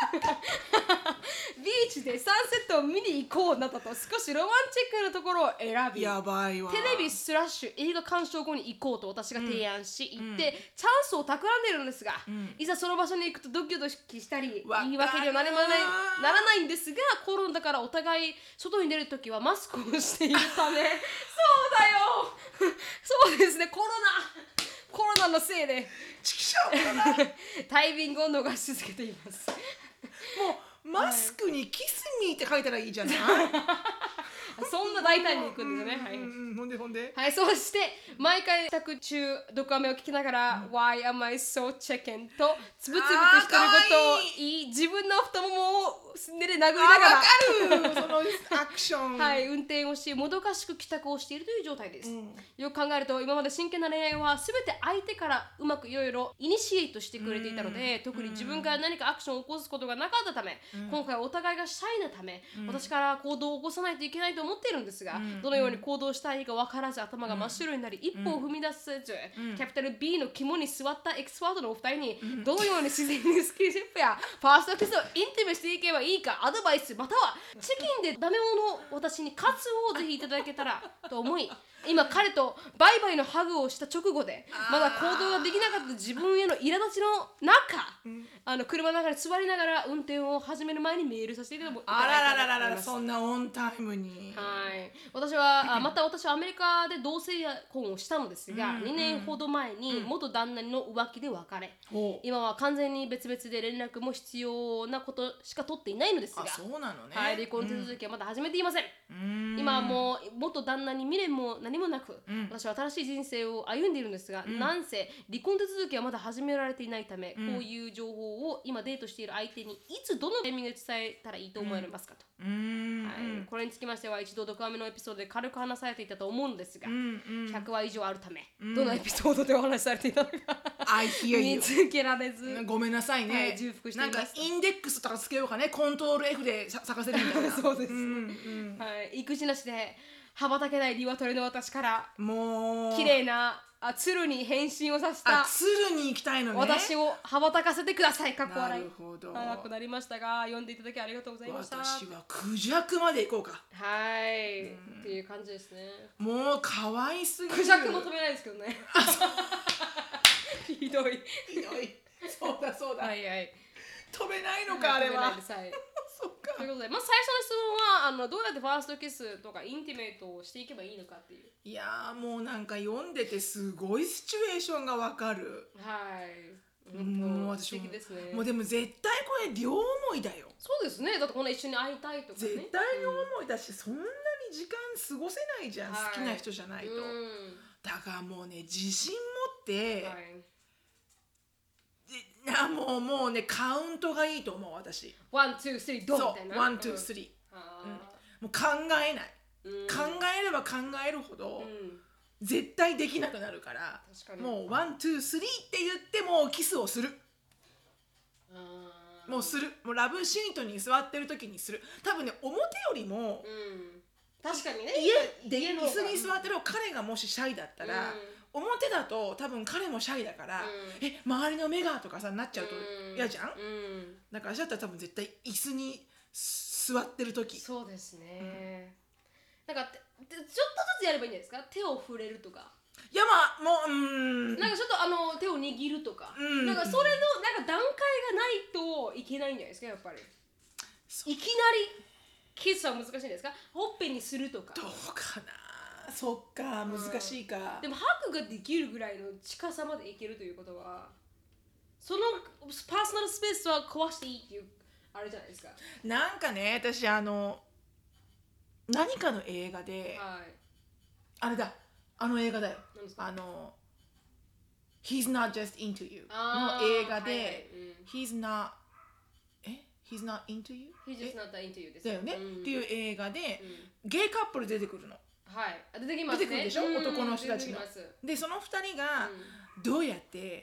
ビーチでサンセットを見に行こうなどと少しロマンチックなところを選び、 やばいわ。 テレビスラッシュ映画鑑賞後に行こうと私が提案し、行ってチャンスを企んでいるのですが、いざその場所に行くとドキドキしたり言い訳にはならないんですが、コロナだからお互い外に出るときはマスクをしているためそうだよそうですね、コロナのせいでタイミングを逃し続けています。 もうマスクにキスミーって書いたらいいじゃないそんな大胆にいくんですよね。はい。 ほんで。 はい、そして毎回支度中ドクアメを聞きながら、Why am I so chicken とつぶつぶとしてることを言い、自分の太ももをすねで殴りながらわかるそのアクションはい、運転をしもどかしく帰宅をしているという状態です、よく考えると今まで真剣な恋愛は全て相手からうまくいろいろイニシエイトしてくれていたので、特に自分から何かアクションを起こすことがなかったため、今回お互いがシャイなため、私から行動を起こさないといけないと思っているんですが、どのように行動したいか分からず頭が真っ白になり、一歩を踏み出せず、キャピタル B の肝に座ったエクスパートのお二人にどのように自然にスキンシップやファーストキスをインティメしていけばいいかアドバイス、またはチキンでダメ者の私にカツをぜひいただけたらと思い、今彼とバイバイのハグをした直後でまだ行動ができなかった自分への苛立ちの中、車の中に座りながら運転を始める前にメールさせていただきます。 あららそんなオンタイムに。 はい、私はアメリカで同性婚をしたのですが、2年ほど前に元旦那の浮気で別れ、今は完全に別々で連絡も必要なことしか取っていないのですが、 そうなのね。 はい、離婚手続きはまだ始めていません。今はもう元旦那に未練も何もなく、私は新しい人生を歩んでいるんですが、なんせ離婚手続きはまだ始められていないため、こういう情報を今デートしている相手にいつどのタイミングで伝えたらいいと思われますかと、はい、これにつきましては一度ドクアメのエピソードで軽く話されていたと思うのですが、100話以上あるため、どのエピソードでお話しされていたのか見つけられず、 ごめんなさいね、 はい、重複しています。 なんかインデックスとかつけようかね、コントロール F で探せるみたいなそうです、はい、育児なしで羽ばたけない鶏の私からもう綺麗な鶴に変身をさせた鶴に行きたいのね。 私を羽ばたかせてください。かっこ笑い。 なるほど。 長くなりましたが読んでいただきありがとうございました。 私はクジャクまで行こうか。 はい、っていう感じですね。 もう可愛すぎる。 クジャクも飛べないですけどね。ひどい。 ひどい。そうだそうだ。 はいはい。 飛べないのかあれは。 そっか。ということで、まあ、最初の質問はどうやってファーストキスとかインティメイトをしていけばいいのかっていう。 いやーもうなんか読んでてすごいシチュエーションがわかる。 はい。 もう私も、もうでも絶対これ両思いだよ。 そうですね。だってこんな一緒に会いたいとかね。 絶対両思いだし、そんなに時間過ごせないじゃん、好きな人じゃないと。だからもうね自信持って、もうねカウントがいいと思う私。 ワンツースリードンみたいな。 ワンツースリー。もう考えない。考えれば考えるほど絶対できなくなるから、もうワンツースリーって言ってもうキスをする。もうする。もうラブシートに座ってる時にする。多分ね表よりも、 確かにね、 家で椅子に座ってる彼がもしシャイだったら、表だと多分彼もシャイだから、周りの目がとかさなっちゃうと嫌じゃん。だから私だったら多分絶対椅子に座ってる時。 そうですね。なんかちょっとずつやればいいんじゃないですか。手を触れるとか。 いやまあもうなんかちょっと手を握るとか、なんかそれのなんか段階がないといけないんじゃないですかやっぱり。いきなりキスは難しいんですか。ほっぺにするとか。 どうかな。そっか難しいか。 でもハグができるぐらいの近さまでいけるということは、そのパーソナルスペースは壊していいっていうあれじゃないですか。 なんかね私何かの映画で、あれだ映画だよ。He's not just into you の映画で、He's not into you? He's just not into you ですだよね、っていう映画で、ゲイカップル出てくるの。 出てきますね。 出てくるでしょ、男の人たちの。でその2人がどうやって、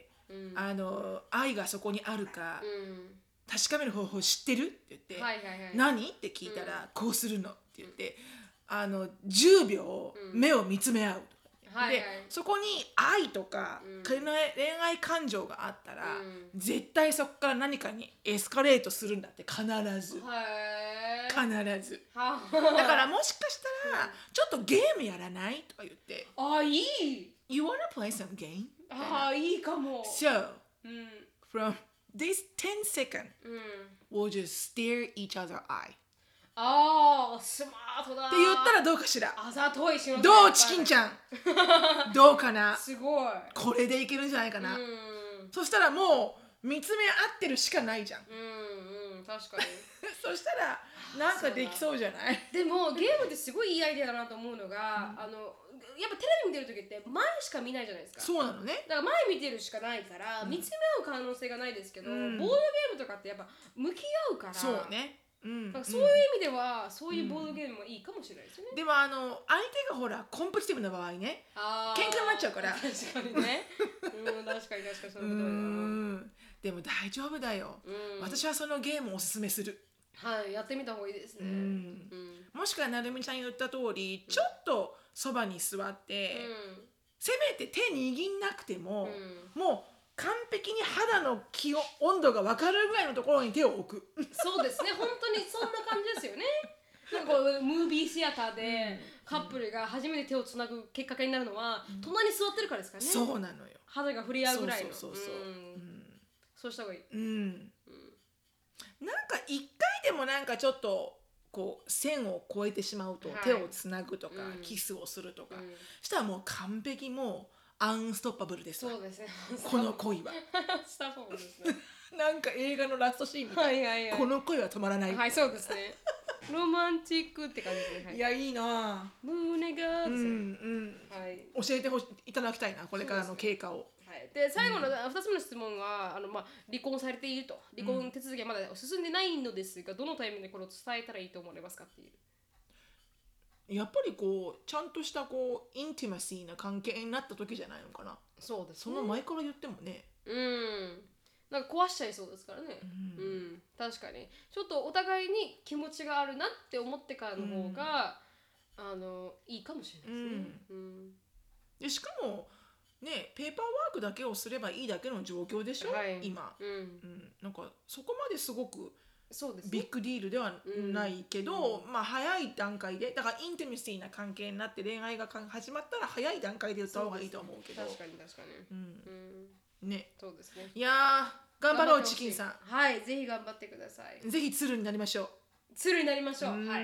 愛がそこにあるか、確かめる方法知ってるって言って、何って聞いたら、こうするのって言って、10秒目を見つめ合う。でそこに愛とか恋愛感情があったら、絶対そこから何かにエスカレートするんだって。必ず必ずだからもしかしたらちょっとゲームやらないとか言って、 いい You wanna play some game? いいかも。 So from this 10 seconds we'll just stare each other eye. スマートだって言ったらどうかしら。 あざといしのどうチキンちゃんどうかな。 すごい。 これでいけるんじゃないかな。そしたらもう見つめ合ってるしかないじゃん。 確かにそしたらなんかできそうじゃない。 でもゲームってすごいいいアイデアだなと思うのが、やっぱテレビ見てる時って前しか見ないじゃないですか。 そうなのね。 だから前見てるしかないから、見つめ合う可能性がないですけど、ボードゲームとかってやっぱ向き合うから。 そうね。 そういう意味ではそういうボードゲームもいいかもしれないですよね。 でも相手がほらコンペティティブな場合ね、喧嘩になっちゃうから。 確かにね。確かにそういうことだな。 でも大丈夫だよ。私はそのゲームをおすすめする。 やってみた方がいいですね。 もしくはなるみちゃん言った通り、ちょっとそばに座って、せめて手握んなくても、もう完璧に肌の温度が分かるぐらいのところに手を置く。 そうですね、本当にそんな感じですよね。なんかこうムービーシアターでカップルが初めて手をつなぐ結果になるのは、隣に座ってるからですからね。 そうなのよ。 肌が触れ合うぐらいの。 そうした方がいい。 なんか一回でもなんかちょっとこう線を越えてしまうと、手をつなぐとか、キスをするとか、したらもう完璧、もうアンストッパブルです。 そうですね。 この恋は。 スタッフですね。 なんか映画のラストシーンみたい。この恋は止まらない。 はい、そうですね。ロマンチックって感じですね。 いやいいな。 胸が教えていただきたいな、これからの経過を。 で最後の2つ目の質問は離婚されていると、離婚手続きはまだ進んでないのですが、どのタイミングでこれを伝えたらいいと思われますかっていう。 やっぱりこうちゃんとしたこうインティマシーな関係になった時じゃないのかな。 そうですね。 その前から言ってもね、 なんか壊しちゃいそうですからね。確かにちょっとお互いに気持ちがあるなって思ってからの方が、 いいかもしれないですね。 でしかもね、ペーパーワークだけをすればいいだけの状況でしょ、今、なんかそこまですごくそうですね、 ビッグディールではないけど、まあ早い段階で、だからインティメシーな関係になって恋愛が始まったら早い段階で言った方がいいと思うけど、 確かにね、 そうですね。 いやー頑張ろうチキンさん。 はい、ぜひ頑張ってください。 ぜひ鶴になりましょう。 鶴になりましょう。はい、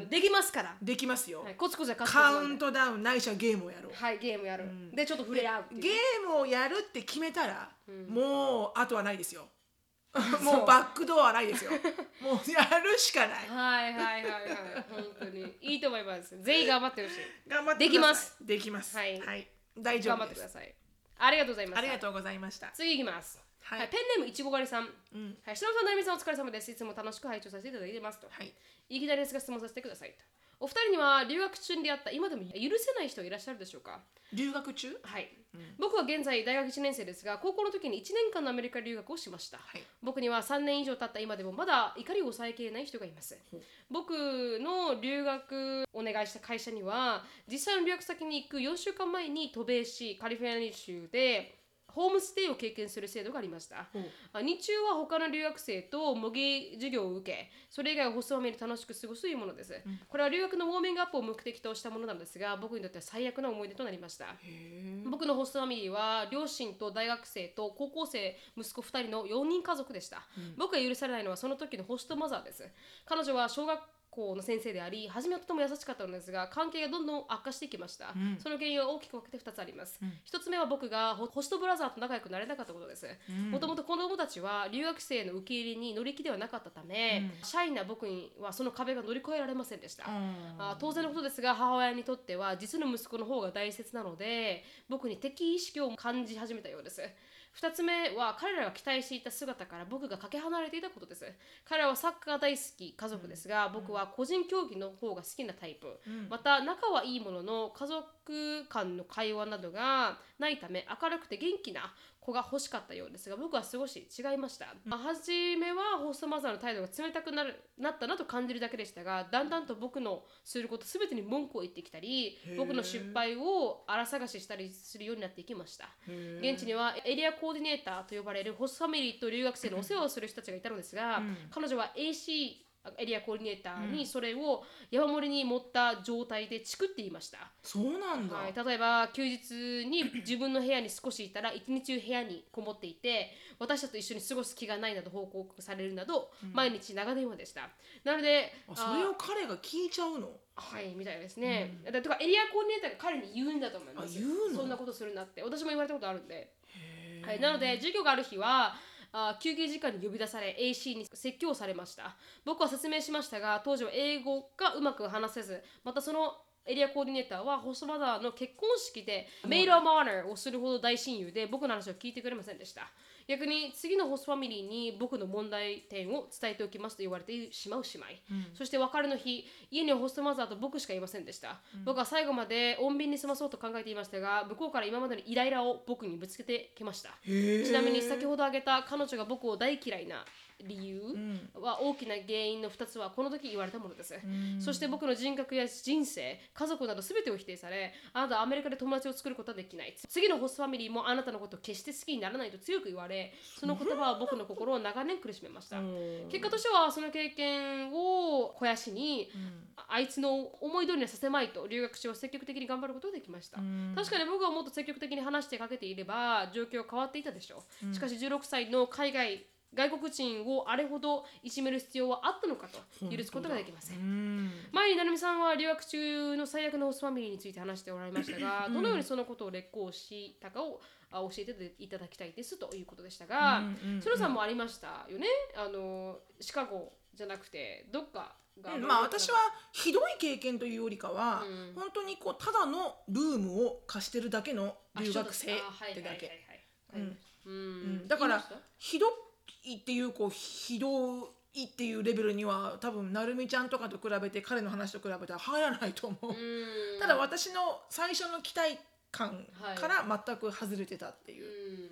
できますから。 できますよ。 コツコツカウントダウンないしはゲームをやろう。 はい、ゲームやる。でちょっと触れ合う。 ゲームをやるって決めたら、もうあとはないですよ。もうバックドアないですよ。もうやるしかない。 はいはいはいはい。本当にいいと思います。ぜひ頑張ってほしい。 頑張ってできます。 できます。 はい、 大丈夫です。 頑張ってください。ありがとうございます。 ありがとうございました。 次いきます。はい、ペンネームいちご狩りさん。はい、しのぶさん、なるみさん、お疲れ様です。いつも楽しく拝聴させていただいてますと。はい。いきなりですが質問させてくださいと。お二人には留学中に出会った今でも許せない人いらっしゃるでしょうか。 留学中？ はい、僕は現在大学1年生ですが、高校の時に1年間のアメリカ留学をしました。僕には3年以上経った今でもまだ怒りを抑えきれない人がいます。僕の留学お願いした会社には、実際の留学先に行く4週間前に渡米し、カリフォルニア州でホームステイを経験する制度がありました。日中は他の留学生と模擬授業を受け、それ以外はホストファミリーで楽しく過ごすというものです。これは留学のウォーミングアップを目的としたものなんですが、僕にとっては最悪な思い出となりました。僕のホストファミリーは両親と大学生と高校生息子2人の4人家族でした。僕が許されないのはその時のホストマザーです。彼女は小学校の先生であり、初めはとても優しかったのですが、関係がどんどん悪化していきました。その原因は大きく分けて2つあります。1つ目は僕がホストブラザーと仲良くなれなかったことです。もともと子供たちは留学生の受け入れに乗り気ではなかったため、シャイな僕にはその壁が乗り越えられませんでした。当然のことですが、母親にとっては実の息子の方が大切なので、僕に敵意識を感じ始めたようです。2つ目は彼らが期待していた姿から僕がかけ離れていたことです。彼らはサッカー大好き家族ですが、僕は個人競技の方が好きなタイプ、また仲はいいものの家族間の会話などがないため、明るくて元気な子が欲しかったようですが、僕は少し違いました。初めはホストマザーの態度が冷たくなったなと感じるだけでしたが、だんだんと僕のすること全てに文句を言ってきたり、僕の失敗を荒探ししたりするようになっていきました。現地にはエリアコーディネーターと呼ばれるホストファミリーと留学生のお世話をする人たちがいたのですが、彼女は ACエリアコーディネーターにそれを山盛りに盛った状態でチクっていました。 そうなんだ。 例えば休日に自分の部屋に少しいたら一日中部屋にこもっていて、私たちと一緒に過ごす気がないなど報告されるなど、毎日長電話でした。なのでそれを彼が聞いちゃうの？ はいみたいですね。だからエリアコーディネーターが彼に言うんだと思います。そんなことするなって私も言われたことあるんで。なので授業がある日は休憩時間に呼び出され AC に説教されました。僕は説明しましたが、当時は英語がうまく話せず、またそのエリアコーディネーターはホストマザーの結婚式でメイド・オブ・オーナーをするほど大親友で、僕の話を聞いてくれませんでした。逆に次のホストファミリーに僕の問題点を伝えておきますと言われてしまう姉妹、そして別れの日、家にはホストマザーと僕しかいませんでした。僕は最後まで穏便に済まそうと考えていましたが、向こうから今までのイライラを僕にぶつけてきました。ちなみに先ほど挙げた彼女が僕を大嫌いな理由は大きな原因の2つはこの時言われたものです。そして僕の人格や人生、家族など全てを否定され、あなたはアメリカで友達を作ることはできない、次のホストファミリーもあなたのことを決して好きにならないと強く言われ、その言葉は僕の心を長年苦しめました。結果としてはその経験を肥やしに、あいつの思い通りにはさせまいと留学中は積極的に頑張ることができました。確かに僕はもっと積極的に話してかけていれば状況は変わっていたでしょう。しかし16歳の外国人をあれほどいじめる必要はあったのかと許すことができません。前に成美さんは留学中の最悪のホストファミリーについて話しておられましたが、どのようにそのことを劣行したかを教えていただきたいですということでしたが、そのさんもありましたよね。シカゴじゃなくてどっかが、 私はひどい経験というよりかは、本当にただのルームを貸してるだけの留学生ってだけ。だからひどいっていうひどいっていうレベルには多分なるみちゃんとかと比べて彼の話と比べたら入らないと思う。ただ私の最初の期待感から全く外れてたっていう。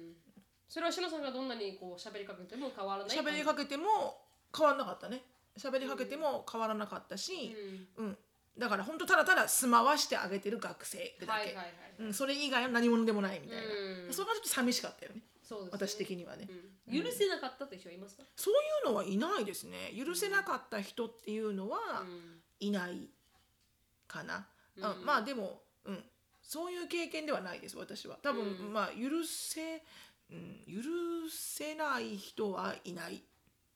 それはしのさんがどんなに喋りかけても変わらない。 喋りかけても変わらなかったね。喋りかけても変わらなかったし、 だから本当ただただ住まわしてあげてる学生ってだけ、 はいはいはい、 それ以外の何者でもないみたいな、 うんそれがちょっと寂しかったよね、 そうですね、 私的にはね、 許せなかったって人はいますか？ そういうのはいないですね。許せなかった人っていうのはいないかな、まあでも、そういう経験ではないです私は多分、まあ許せない人はいない。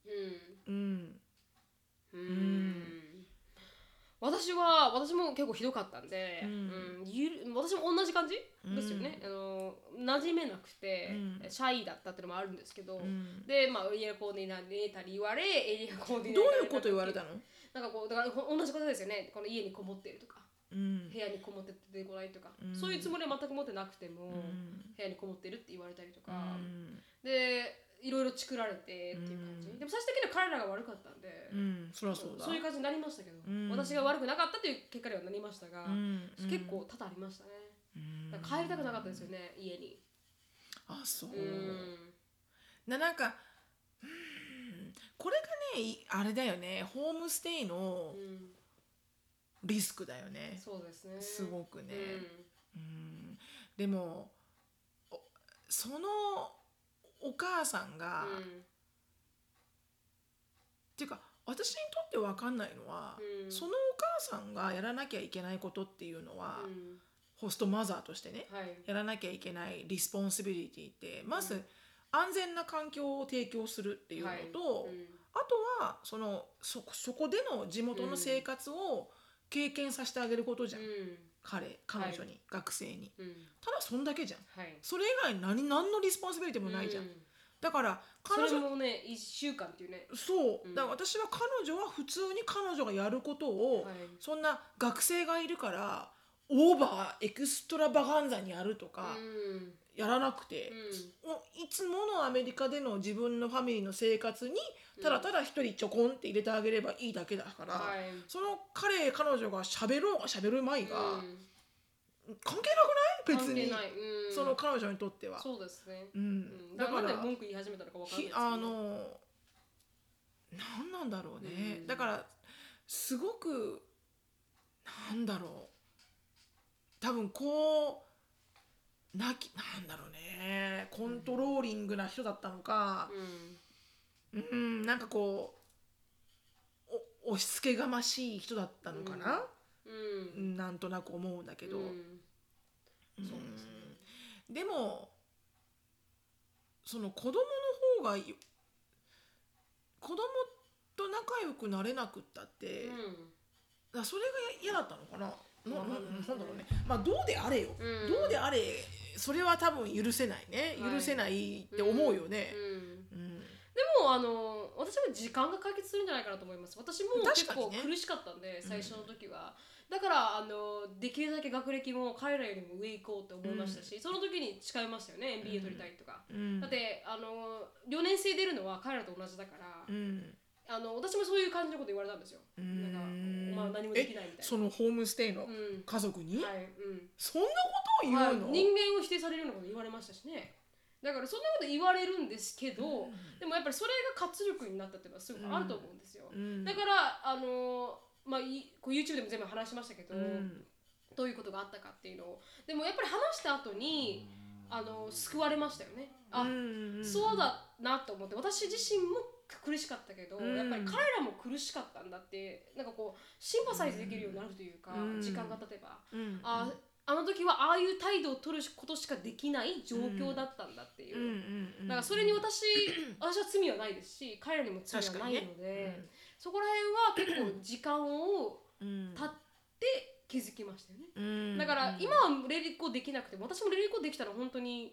私も結構ひどかったんで、私も同じ感じですよね、馴染めなくて、シャイだったっていうのもあるんですけど、で、まあ、エリアコーディネーターに言われ、エリアコーディネーターどういうこと言われたの？ なんかこうだから同じことですよね、この家にこもってるとか、部屋にこもって出てこないとか、そういうつもりは全く持ってなくても、部屋にこもってるって言われたりとか、でいろいろチクられてっていう感じ、でも最終的には彼らが悪かったんで、 そりゃそうだ、 そういう感じになりましたけど、私が悪くなかったという結果ではなりましたが、結構多々ありましたね。だから帰りたくなかったですよね、家に。 あ、そう。なんかこれがねあれだよね、ホームステイのリスクだよね。 そうですね。 すごくね。でもそのお母さんが、っていうか私にとって分かんないのは、そのお母さんがやらなきゃいけないことっていうのは、ホストマザーとしてね、やらなきゃいけないリスポンシビリティってまず、安全な環境を提供するっていうのと、あとはそこでの地元の生活を経験させてあげることじゃん、彼女に、学生に、ただそんだけじゃん、それ以外何のリスポンシビリティもないじゃん、だから彼女もね1週間っていうね、 そうだから私は彼女は普通に彼女がやることを、そんな学生がいるからオーバーエクストラバガンザにやるとか、やらなくて、いつものアメリカでの自分のファミリーの生活にただただ一人ちょこんって入れてあげればいいだけだから、その彼女が喋ろうが喋るまいが、関係なくない？別にその彼女にとっては。 そうですね。 だからなんで文句言い始めたのか分かんないですけど、 何なんだろうね、だからすごくなんだろう、多分こうなんだろうね、コントローリングな人だったのか、なんかこう押し付けがましい人だったのかな、なんとなく思うんだけど、でもその子供の方が子供と仲良くなれなくったって、それが嫌だったのかな、なんだろうね、まあどうであれよ、どうであれそれは多分許せないね、許せないって思うよね。 でも私は時間が解決するんじゃないかなと思います。私も結構苦しかったんで、最初の時は。だからできるだけ学歴も彼らよりも上行こうと思いましたし、その時に誓いましたよね、MBA 取りたいとか。だって4年生出るのは彼らと同じだから、私もそういう感じのこと言われたんですよ。なんかまあ何もできないみたいな。 そのホームステイの家族に、そんなことを言うの？ 人間を否定されるようなこと言われましたしね。だからそんなこと言われるんですけど、でもやっぱりそれが活力になったっていうのはすごくあると思うんですよ。だからまあこう YouTube でも全部話しましたけど、どういうことがあったかっていうのを、でもやっぱり話した後に救われましたよね。そうだなと思って、私自身も苦しかったけど、やっぱり彼らも苦しかったんだって、なんかこうシンパサイズできるようになるというか、時間が経てば、あの時はああいう態度を取ることしかできない状況だったんだっていう、だからそれに私は罪はないですし、彼らにも罪はないので、そこら辺は結構時間を経って気づきましたよね。だから今はレリコできなくても、私もレリコできたの本当に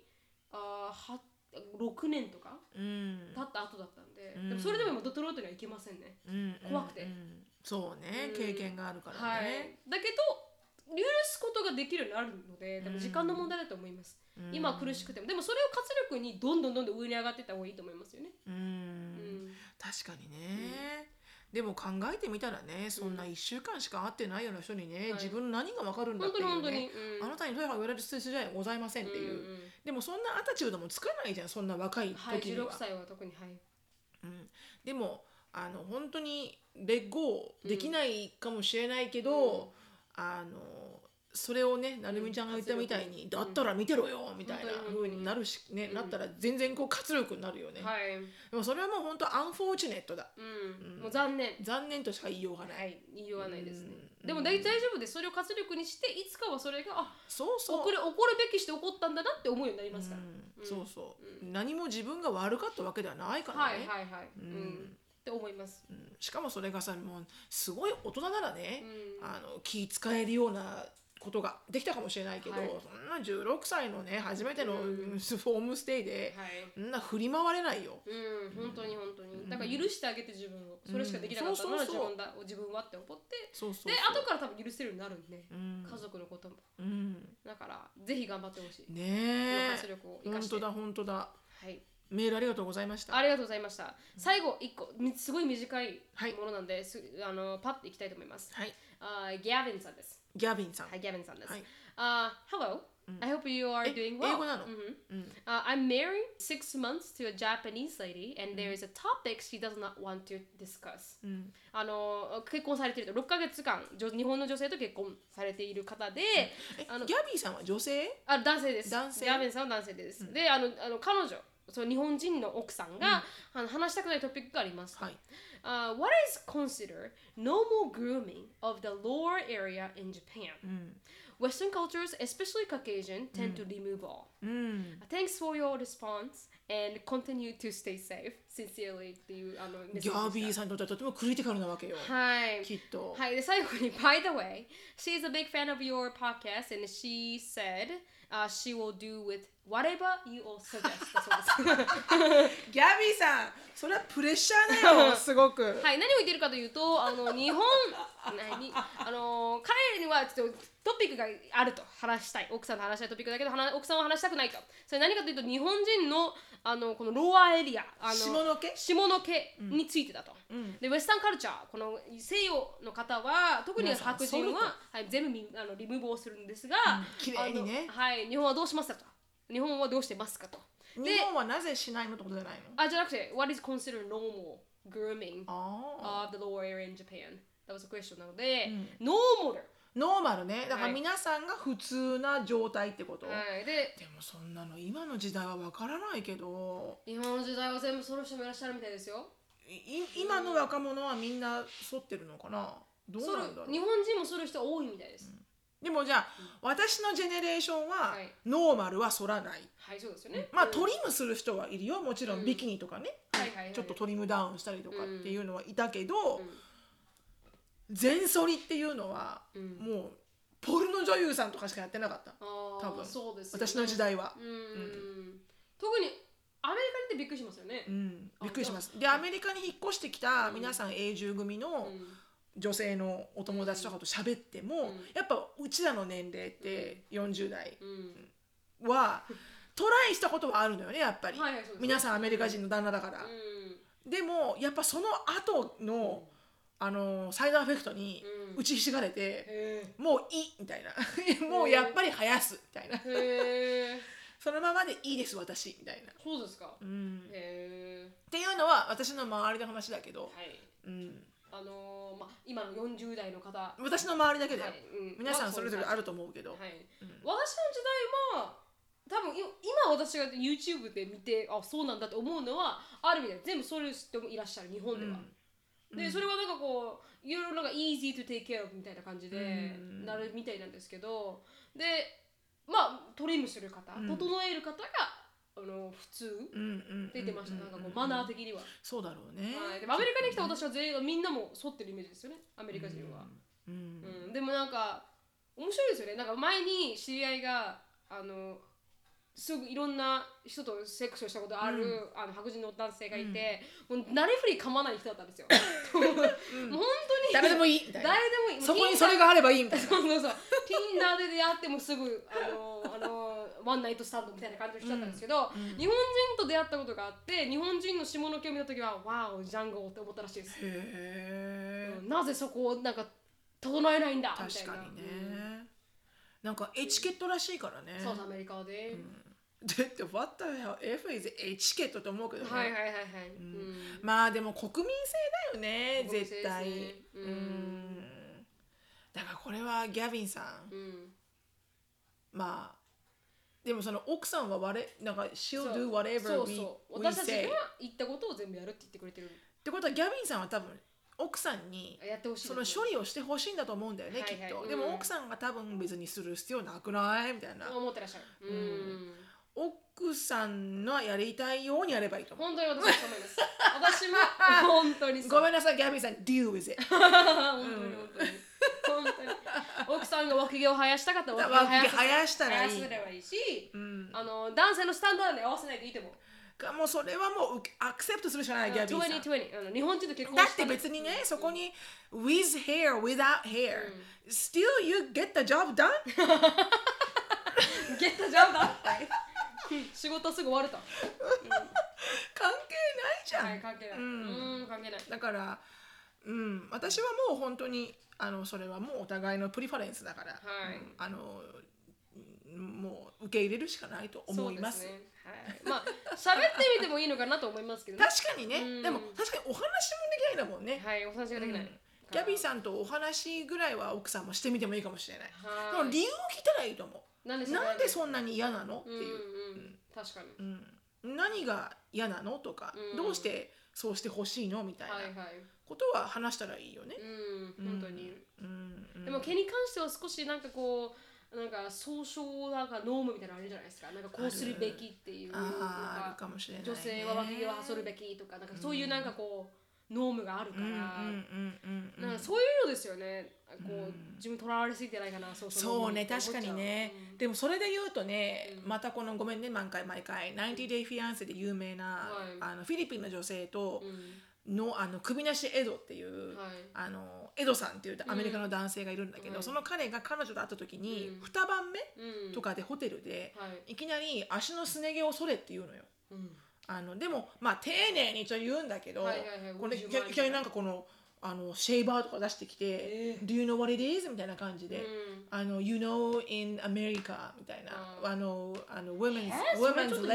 6年とか経った後だったんで、でもそれでも今デトロイトには行けませんね、怖くて。 そうね、経験があるからね。 だけど許すことができるようになるので、でも時間の問題だと思います。今は苦しくても、でもそれを活力にどんどん上に上がっていった方がいいと思いますよね。 確かにね。でも考えてみたらね、そんな1週間しか会ってないような人にね、自分の何が分かるんだっていうね、あなたにどういうふうに言われる必要じゃございませんっていう、でもそんなアタチュードもつかないじゃん、そんな若い時には。 16歳は特に。 でも本当にレッゴーできないかもしれないけど、それをね、なるみちゃんが言ったみたいに、だったら見てろよみたいな風になるしね、なったら全然こう活力になるよね。 はい。 でもそれはもう本当アンフォーチュネットだ。 もう残念としか言いようがない。 はい、言いようがないですね。でも大丈夫です。それを活力にして、いつかはそれがそうそう。 怒るべきして怒ったんだなって思うようになりますから。 そうそう。何も自分が悪かったわけではないからね。 はい。って思います。 しかもそれがさ、もうすごい大人ならね、気使えるようなことができたかもしれないけど、そんな16歳のね初めてのホームステイで、そんな振り回れないよ。 本当にだから許してあげて、自分をそれしかできなかったのは自分はって思って、で後から多分許せるようになるんで、家族のことも、だからぜひ頑張ってほしいね。活力を生かして。 本当だ。 はい。 メールありがとうございました。 ありがとうございました。最後1個すごい短いものなんで、パッといきたいと思います。ギャビンさんです。 ギャビンさん。 はい、ギャビンさんです。Hello. I hope you are doing well. 英語なの ？I'm married 6 months to a Japanese lady, and there is a topic she does not want to discuss. 結婚されていると6ヶ月間日本の女性と結婚されている方で、 ギャビーさんは女性？ 男性です。ギャビンさんは男性です。で、彼女、そう日本人の奥さんが、話したくないトピックがあります。What is considered normal grooming of the lower area in Japan?Western cultures, especially Caucasian, tend to remove all. Thanks for your response and continue to stay safe. Sincerely っていうメッセージでした。 ギャビーさんにとってはとてもクリティカルなわけよ。 はい。 きっと。 はい。で、最後に By the way, she is a big fan of your podcast and she said、she will do with whatever you all suggest. そうです。 ギャビーさん、それはプレッシャーだよ。すごく。 はい。何を言ってるかというと、日本彼にはちょっとトピックがあると話したい、奥さんと話したいトピックだけど奥さんは話したくないと。それ何かというと、日本人のこのローアーエリア、下の毛についてだと。でウェスタンカルチャー、この西洋の方は特に白人は、全部リムーブをするんですが、 綺麗にね。 日本はどうしますかと。日本はどうしてますかと。 日本はなぜしないのってことじゃないの？ じゃなくて What is considered normal grooming of the lower area in Japan?That was a question なので、ノーマルね。だから皆さんが普通な状態ってこと。でもそんなの今の時代はわからないけど。今の時代は全部その人もいらっしゃるみたいですよ。 今の若者はみんな剃ってるのかな。どうなんだろう。 日本人も剃る人多いみたいです。 でもじゃあ、私のジェネレーションは、ノーマルは剃らない。 はい、そうですよね。 まあ、トリムする人はいるよ。もちろんビキニとかね、ちょっとトリムダウンしたりとかっていうのはいたけど、全剃りっていうのは、もうポルノ女優さんとかしかやってなかった。多分そうです、 私の時代は。 特にアメリカにってびっくりしますよね。 びっくりします。で、アメリカに引っ越してきた皆さん永住組の女性のお友達とかと喋っても、やっぱうちらの年齢って40代はトライしたことはあるのよね、やっぱり。皆さんアメリカ人の旦那だから。でもやっぱその後のサイドエフェクトに打ちひしがれて、もういいみたいなもうやっぱり生やすみたいなそのままでいいです私みたいな。 そうですか。 っていうのは私の周りの話だけど、 今の40代の方、 私の周りだけだよ。皆さんそれぞれあると思うけど、 私の時代は多分今私が YouTube で見てそうなんだと思うのは、ある意味で全部そういう人もいらっしゃる日本では。でそれはなんかこういろいろなんか easy to take care of みたいな感じでなるみたいなんですけど、でトリムする方、整える方が普通って言ってました。なんかこうマナー的にはそうだろうね。 でもアメリカに来た私はみんなも剃ってるイメージですよね、アメリカ人は。でもなんか面白いですよね。なんか前に知り合いがすぐいろんな人とセックスをしたことある、白人の男性がいて、もう慣れふり構わない人だったんですよ。もう本当に誰でもいいみたいな。 誰でもいい。 そこにそれがあればいいみたいな。 そう。Tinder で出会ってもすぐワンナイトスタンドみたいな感じの人だったんですけど、日本人と出会ったことがあって、日本人の下の毛を見た時はワーオジャンゴって思ったらしいです。なぜそこをなんか整えないんだみたいな。 確かにね。なんかエチケットらしいからね。 そう、アメリカで。 だって What the hell F is エチケットと思うけどね。 はい。 まあでも国民性よね僕も絶対。 そうですねだからこれはギャビンさん、まあでもその奥さんはなんか she'll do whatever we 私たちが say 言ったことを全部やるって言ってくれてる。 ってことはギャビンさんは多分奥さんにやってほしいその処理をしてほしいんだと思うんだよね、きっと。でも奥さんが多分別にする必要なくないみたいな。 思ってらっしゃる。 奥さんのやりたいようにやればいいと思う。 本当に私はそう思います。私も本当にそう。 ごめんなさいギャビンさん deal with it 本当に奥さんが脇毛を生やしたかったら脇毛生やしたらいい。 生やせればいいし、男性のスタンダードに合わせないといいと思う。 もうそれはもうアクセプトするしかないギャビンさん。 2020日本人と結婚だって別にねそこに with hair without hair still you get the job done get the job done 仕事すぐ終わると関係ないじゃん。 はい関係ない関係ない。 だから私はもう本当にそれはもうお互いのプリファレンスだから、もう受け入れるしかないと思います。 まあ喋ってみてもいいのかなと思いますけどね。 確かにね、でも確かにお話もできないんだもんね。 はい、お話ができない。 ギャビーさんとお話ぐらいは奥さんもしてみてもいいかもしれない。でも理由を聞いたらいいと思う。なんでそんなに嫌なのっていう。 確かに。 何が嫌なのとか、どうしてそうしてほしいのみたいなことは話したらいいよね。 本当に。でも毛に関しては少しなんかこう。なんか総称なんかノームみたいなのあるじゃないですか。なんかこうするべきっていう。 あるかもしれない、ね。 女性は脇毛を剃るべきとか、なんかそういうなんかこうノームがあるから、なんかそういうのですよね。こう自分とらわれすぎてないかな。 そうね、確かにね。でもそれで言うとね、またこのごめんね毎回90 Day Fiancé で有名なフィリピンの女性と。首なしエドっていう、エドさんっていうアメリカの男性がいるんだけど、その彼が彼女と会った時に、2晩目とかでホテルで、いきなり足のすね毛を剃れって言うのよ。でもまあ丁寧にと言うんだけど、これいきなりなんかこのシェーバーとか出してきて、Do you know what it is? みたいな感じで、You know in America みたいな、women's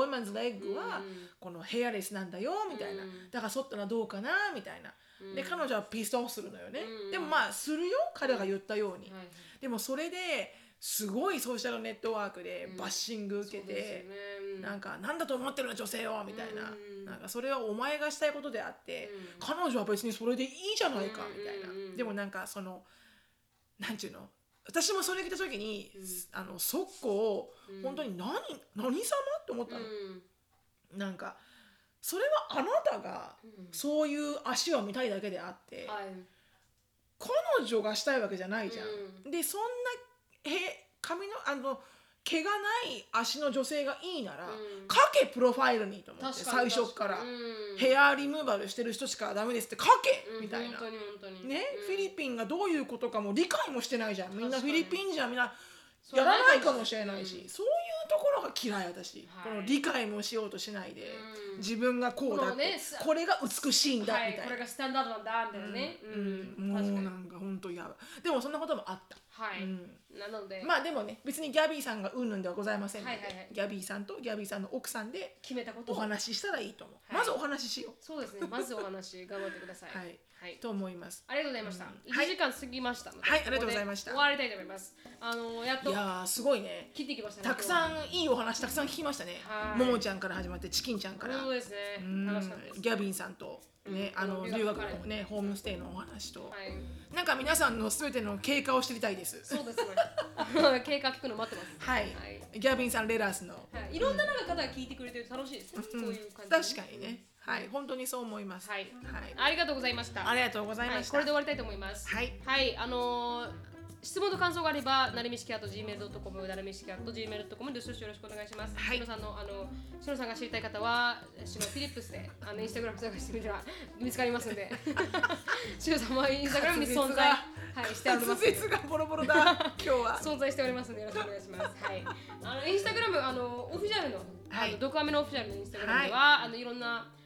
leg はこのヘアレスなんだよみたいな、だから剃ったらどうかなみたいな。で彼女はピストオフするのよね。でもまあするよ彼が言ったように。でもそれですごいソーシャルネットワークでバッシング受けて、なんかなんだと思ってるの女性をみたいな、なんかそれはお前がしたいことであって、彼女は別にそれでいいじゃないかみたいな。でもなんかそのなんていうの、私もそれ聞いた時に、速攻本当に何様って思ったの。なんかそれはあなたがそういう足を見たいだけであって、彼女がしたいわけじゃないじゃん。でそんな髪の毛がない足の女性がいいなら、書けプロファイルにと思って、最初からヘアリムーバルしてる人しかダメですって書けみたいなね。フィリピンがどういうことかも理解もしてないじゃん。みんなフィリピンじゃみんなやらないかもしれないし、そういうところが嫌い私。この理解もしようとしないで、自分がこうだって、これが美しいんだみたいな、 これがスタンダードなんだみたいなね。 もうなんか本当やばい。でもそんなこともあった。なのでまあでもね、別にギャビーさんがうんぬんではございませんので、ギャビーさんとギャビーさんの奥さんで決めたことお話ししたらいいと思う。まずお話ししよう。 そうですね、まずお話頑張ってください。 と思います。 ありがとうございました。1時間過ぎましたので、 はい、ありがとうございました。 終わりたいと思います。やっといやすごいね。 切ってきましたね。 たくさんいいお話たくさん聞きましたね。ももちゃんから始まってチキンちゃんから、 そうですね。楽しかったです。 ギャビンさんとね、留学のね、ホームステイのお話と、なんか皆さんのすべての経過を知りたいです。 そうですね。経過聞くの待ってます。 はい。ギャビンさんレラスの、 いろんな方が聞いてくれてる楽しいですね。こういう感じ。 確かにね。はい、本当にそう思います。 はい。ありがとうございました。 ありがとうございました。 これで終わりたいと思います。はい。はい、質問と感想があれば、なるみしき@gmail.com、なるみしき@gmail.com でよろしくお願いします。しのさんのしのさんが知りたい方は、しのフィリップスでインスタグラム探してみたら見つかりますので、しのさんはインスタグラムに存在しております。 滑舌がボロボロだ。今日は存在しておりますのでよろしくお願いします。はい。インスタグラムオフィシャルのドクアメのオフィシャルのインスタグラムでは、いろんな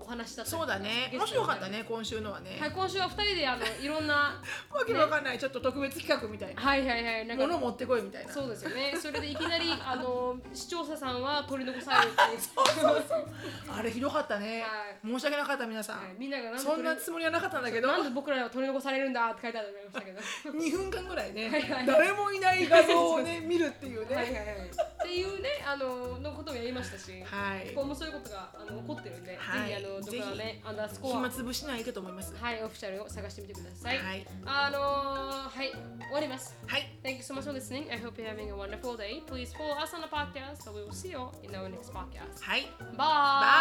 お話だったりそうだね。面白かったね、今週のはね。 はい、今週は2人でいろんなわけわかんない、ちょっと特別企画みたいな。 はいはいはい、 なんか物持ってこいみたいな。 そうですよね。それでいきなり視聴者さんは取り残されるっていうあれひどかったね。申し訳なかった皆さん。 みんながそんなつもりはなかったんだけど。 なんで僕らは取り残されるんだって書いてありましたけど。 2分間ぐらいね、誰もいない画像をね見るっていうね。 はいはいはい。っていうねのこともやりましたし、面白いことが起こってるんで、ぜひどこかねアンダースコア暇つぶしないといいと思います。 はい、オフィシャルを探してみてください。はい、はい、終わります。 はい。 Thank you so much for listening. I hope you're having a wonderful day. Please follow us on the podcast. So we will see you in our next podcast. はい。 Bye.